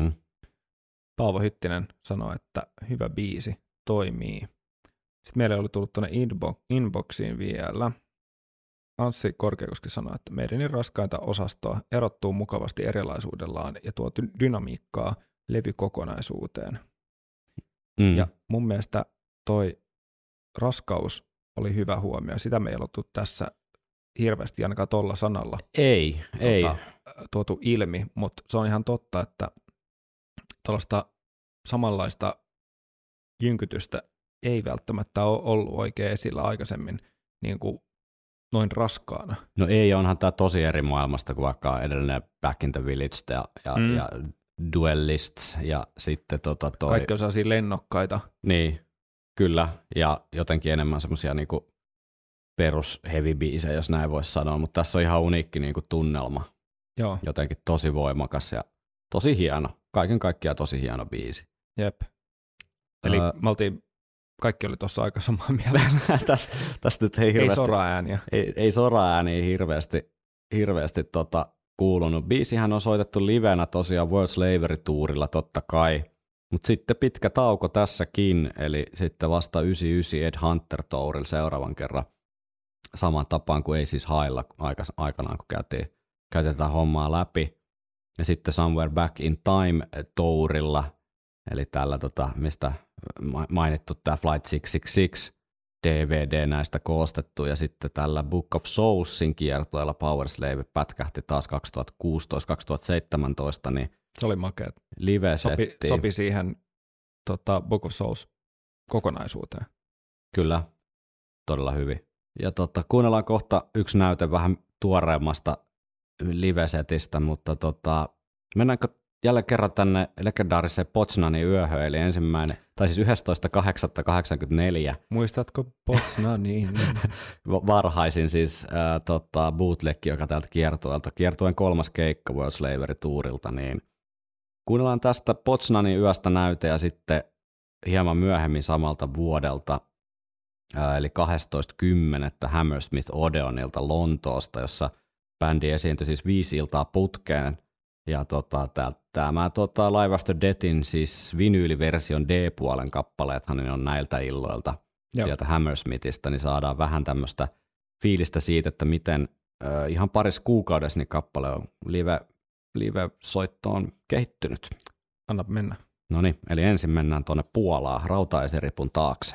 Paavo Hyttinen sanoi, että hyvä biisi, toimii. Sitten meille oli tullut tuonne inboxiin vielä. Anssi Korkeakoski sanoi, että meidän raskainta osastoa erottuu mukavasti erilaisuudellaan ja tuo dynamiikkaa levykokonaisuuteen. Ja mun mielestä toi raskaus oli hyvä huomio. Sitä me ei oltu tässä hirveästi ainakaan tuolla sanalla ei tuotu ilmi, mutta se on ihan totta, että tuollaista samanlaista jynkytystä ei välttämättä ole ollut oikein esillä aikaisemmin niin kuin noin raskaana. No ei, onhan tämä tosi eri maailmasta kuin vaikka edellinen Back in the Village ja Duellists ja sitten toi... Kaikki on sellaisia lennokkaita. Niin, kyllä, ja jotenkin enemmän semmoisia niinku perus heavy biisejä, jos näin voisi sanoa, mutta tässä on ihan uniikki niinku tunnelma. Joo. Jotenkin tosi voimakas ja tosi hieno, kaiken kaikkiaan tosi hieno biisi. Jep. Eli kaikki oli tuossa aika samaa mieltä. Tästä nyt ei hirveästi... Ei soraääniä. Ei soraääniä hirveästi kuulunut. Biisihän on soitettu livenä tosiaan World Slavery Tourilla totta kai, mutta sitten pitkä tauko tässäkin, eli sitten vasta 99 Ed Hunter Tourilla seuraavan kerran samaan tapaan kuin ei siis Highlla aikanaan, kun käytiin tätä hommaa läpi. Ja sitten Somewhere Back in Time Tourilla, eli tällä mistä mainittu tämä Flight 666 DVD näistä koostettu, ja sitten tällä Book of Soulsin kiertueella Powerslave pätkähti taas 2016-2017, niin se oli makea. Live-setti. Sopi siihen Book of Souls kokonaisuuteen. Kyllä, todella hyvin. Ja kuunnellaan kohta yksi näyte vähän tuoreemmasta live-setistä, mutta mennäänkö jälleen kerran tänne legendaariseen Poznanin yöhön, eli ensimmäinen, tai siis 11.8.84. Muistatko Poznanin? Varhaisin siis bootleg, joka täältä kiertueen 3. keikka World Slavery Tourilta, niin kuunnellaan tästä Poznanin yöstä näyte ja sitten hieman myöhemmin samalta vuodelta, eli 12.10. Hammersmith Odeonilta Lontoosta, jossa bändi esiintyi siis 5 iltaa putkeen. Ja tämä Live After Deathin siis vinyyliversion D-puolen kappaleethan niin on näiltä illoilta sieltä Hammersmithistä, niin saadaan vähän tämmöistä fiilistä siitä, että miten ihan parissa kuukaudessa niin kappale on live-soittoon kehittynyt. Anna mennä. Noniin, eli ensin mennään tuonne Puolaan rautaesiripun taakse.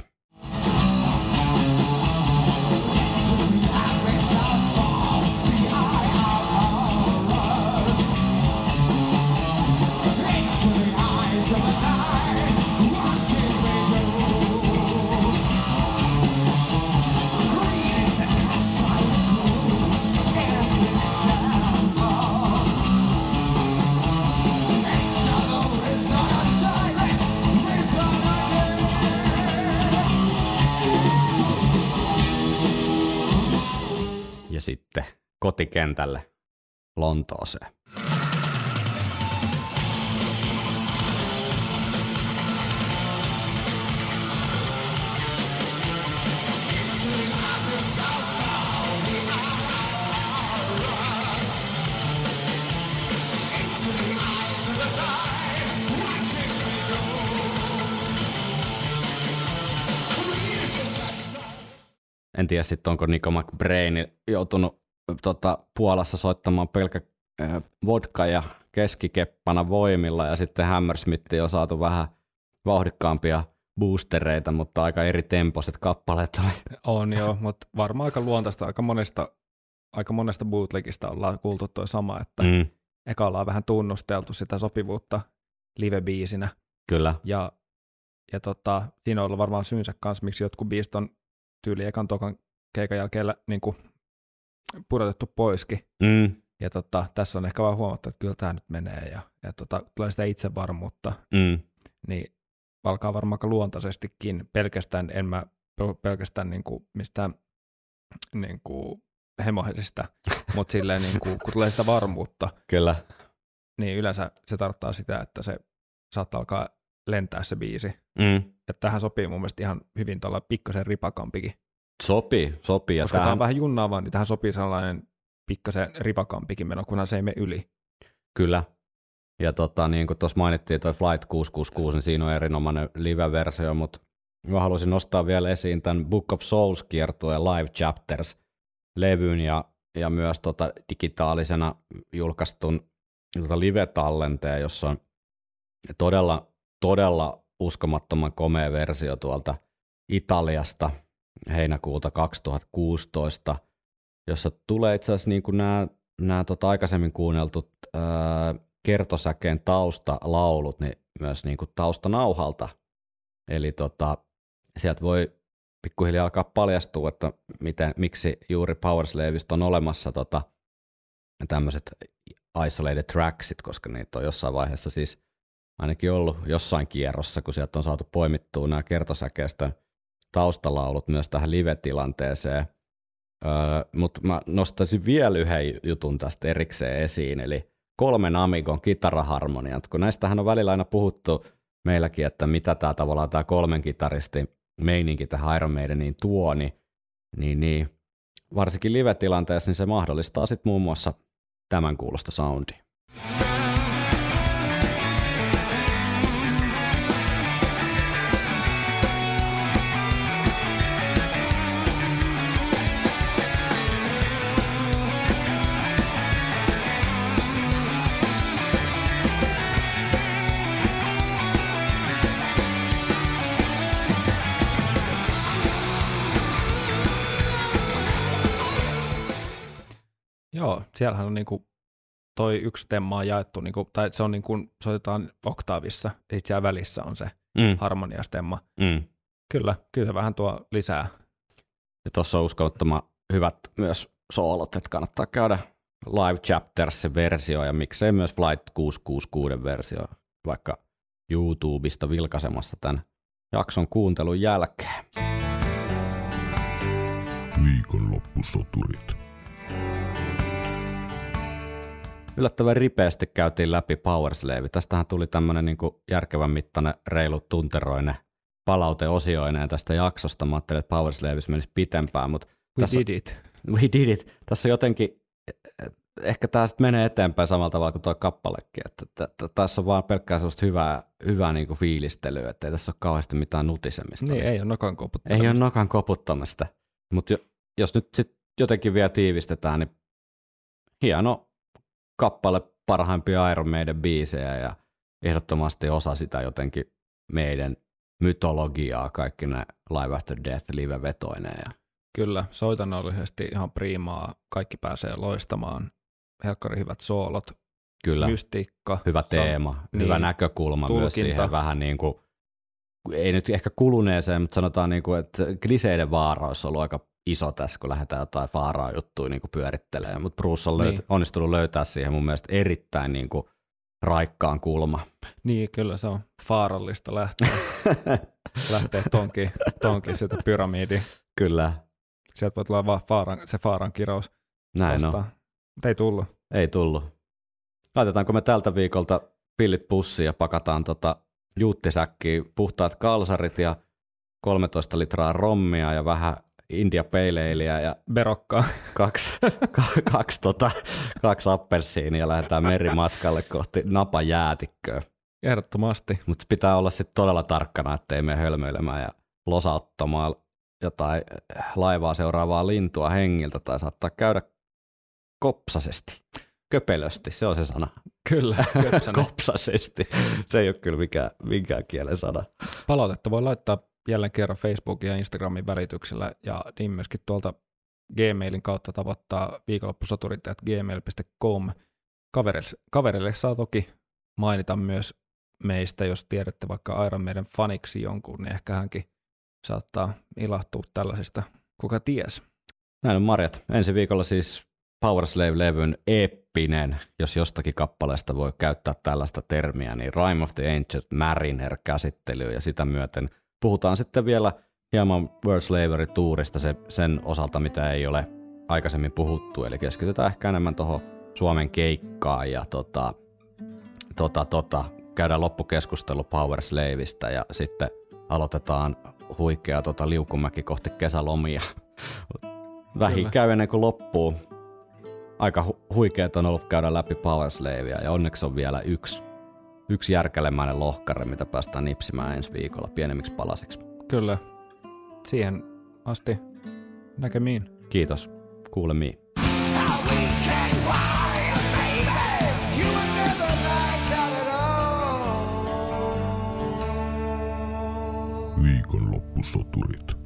ja sitten kotikentälle Lontooseen. En tiedä sitten, onko Nico McBrain joutunut Puolassa soittamaan pelkkä vodka ja keskikeppana voimilla, ja sitten Hammersmithi on saatu vähän vauhdikkaampia boostereita, mutta aika eri tempoiset kappaleet oli. On joo, mutta varmaan aika luontaista, aika monesta bootlegista ollaan kuultu toi sama, että eka ollaan vähän tunnusteltu sitä sopivuutta live-biisinä. Kyllä. Ja siinä on ollut varmaan syynsä kanssa, miksi jotkut biisit on tyyli ekan tokan keikan jälkeen niin kuin pudotettu poiskin. Ja tässä on ehkä vaan huomattu, että kyllä tämä nyt menee ja tulee sitä itsevarmuutta. Niin alkaa varmaan aika luontaisestikin en mä pelkästään niin kuin mistään niin kuin hemoisista, mutta silleen niin kuin, kun tulee sitä varmuutta, kyllä. Niin yleensä se tarkoittaa sitä, että se saattaa alkaa lentää se biisi. Ja tähän sopii mun mielestä ihan hyvin tuolla pikkasen ripakampikin. Sopii. Koska tämä on vähän junnaavaa, niin tähän sopii sellainen pikkasen ripakampikin meno, kunhan se ei mene yli. Kyllä. Ja niin kuin tuossa mainittiin toi Flight 666, niin siinä on erinomainen live-versio, mutta mä haluaisin nostaa vielä esiin tämän Book of Souls-kiertueen Live Chapters-levyn ja myös digitaalisena julkaistun live-tallenteen, jossa on todella uskomattoman komea versio tuolta Italiasta heinäkuulta 2016, jossa tulee itse asiassa niin kuin nämä aikaisemmin kuunneltut kertosäkeen taustalaulut niin myös niin kuin taustanauhalta. Eli sieltä voi pikkuhiljaa alkaa paljastua, että miksi juuri Powerslavista on olemassa tämmöiset isolated tracksit, koska niitä on jossain vaiheessa siis ainakin ollut jossain kierrossa, kun sieltä on saatu poimittua nämä kertosäkeistä taustalaulut myös tähän live-tilanteeseen. Mutta mä nostaisin vielä yhden jutun tästä erikseen esiin, eli 3 Amigon kitaraharmoniat, kun näistähän on välillä aina puhuttu meilläkin, että mitä tämä tavallaan tämä 3 kitaristin meininki tähän Iron Maideniin tuo, niin varsinkin live-tilanteessa niin se mahdollistaa sitten muun muassa tämän kuulosta soundia. Joo, siellähän on niinku toi yksi temma on jaettu, niinku, tai se on niinku, soitetaan oktaavissa, ja siellä välissä on se harmoniastemma. Kyllä se vähän tuo lisää. Ja tuossa on uskomattoman hyvät myös soolot, että kannattaa käydä Live Chaptersin versio, ja miksei myös Flight 666 versio, vaikka YouTubesta vilkaisemassa tämän jakson kuuntelun jälkeen. Viikonloppusoturit. Yllättävän ripeästi käytiin läpi Powerslave. Tästähän tuli tämmöinen niin kuin järkevän mittainen, reilu tunteroinen palauteosioineen tästä jaksosta. Mä ajattelin, että Powerslaves menisi pitempään, mutta We did it. Tässä jotenkin, ehkä tämä sitten menee eteenpäin samalla tavalla kuin tuo kappalekin. Että tässä on vaan pelkkää sellaista hyvää niin kuin fiilistelyä, että ei tässä ole kauheasti mitään nutisemista. Niin, ei ole nokan koputtamista. Ei ole nokan koputtamista. Mutta jos nyt sitten jotenkin vielä tiivistetään, niin hieno kappale parhaimpia Iron Maiden biisejä ja ehdottomasti osa sitä jotenkin meidän mytologiaa, kaikki nämä Live After Death live-vetoineen. Kyllä, soitanollisesti ihan priimaa, kaikki pääsee loistamaan, helkkari hyvät soolot, kyllä. Mystiikka. Hyvä teema, hyvä näkökulma tulkinta. Myös siihen vähän niin kuin, ei nyt ehkä kuluneeseen, mutta sanotaan niin kuin, että kliseiden vaara olisi ollut aika iso tässä, kun lähdetään jotain faaraa juttuja niin kuin pyörittelemään, mutta Bruce on onnistunut löytää siihen mun mielestä erittäin niin kuin raikkaan kulma. Niin, kyllä se on faarallista lähteä tonkin sitä pyramidia. Kyllä. Sieltä voi tulla vaan faaran kirous. Näin on. Mutta ei tullut. Ei tullut. Laitetaanko me tältä viikolta pillit pussiin ja pakataan juuttisäkkiin puhtaat kalsarit ja 13 litraa rommia ja vähän India Pale Alea ja Berokkaa. kaksi appelsiinia ja lähdetään merimatkalle kohti napajäätikköä. Ehdottomasti. Mutta pitää olla sitten todella tarkkana, ettei mene hölmöilemään ja losauttamaan jotain laivaa seuraavaa lintua hengiltä tai saattaa käydä kopsasesti. Köpelösti, se on se sana. Kyllä, kopsasesti. Se ei ole kyllä minkään kielen sana. Palautetta voi laittaa jälleen kerran Facebookin ja Instagramin välityksellä ja niin myöskin tuolta Gmailin kautta tavoittaa viikonloppusoturit@gmail.com. Kaverille saa toki mainita myös meistä, jos tiedätte vaikka Iron Maiden faniksi jonkun, niin ehkä hänkin saattaa ilahtua tällaisista, kuka ties. Näin on Marjat. Ensi viikolla siis Powerslave-levyn eeppinen, jos jostakin kappaleesta voi käyttää tällaista termiä, niin Rime of the Ancient Mariner-käsittely ja sitä myöten puhutaan sitten vielä hieman World Slavery-tuurista sen osalta, mitä ei ole aikaisemmin puhuttu, eli keskitytään ehkä enemmän tuohon Suomen keikkaan ja käydään loppukeskustelu Powerslaveista ja sitten aloitetaan huikea liukumäki kohti kesälomia. Vähin käy ennen kuin loppuu. Aika huikeet on ollut käydä läpi Powerslavea ja onneksi on vielä yksi järkälemäinen lohkare, mitä päästään nipsimään ensi viikolla pienemmiksi palasiksi. Kyllä. Siihen asti näkemiin. Kiitos. Kuulemiin. Viikonloppusoturit.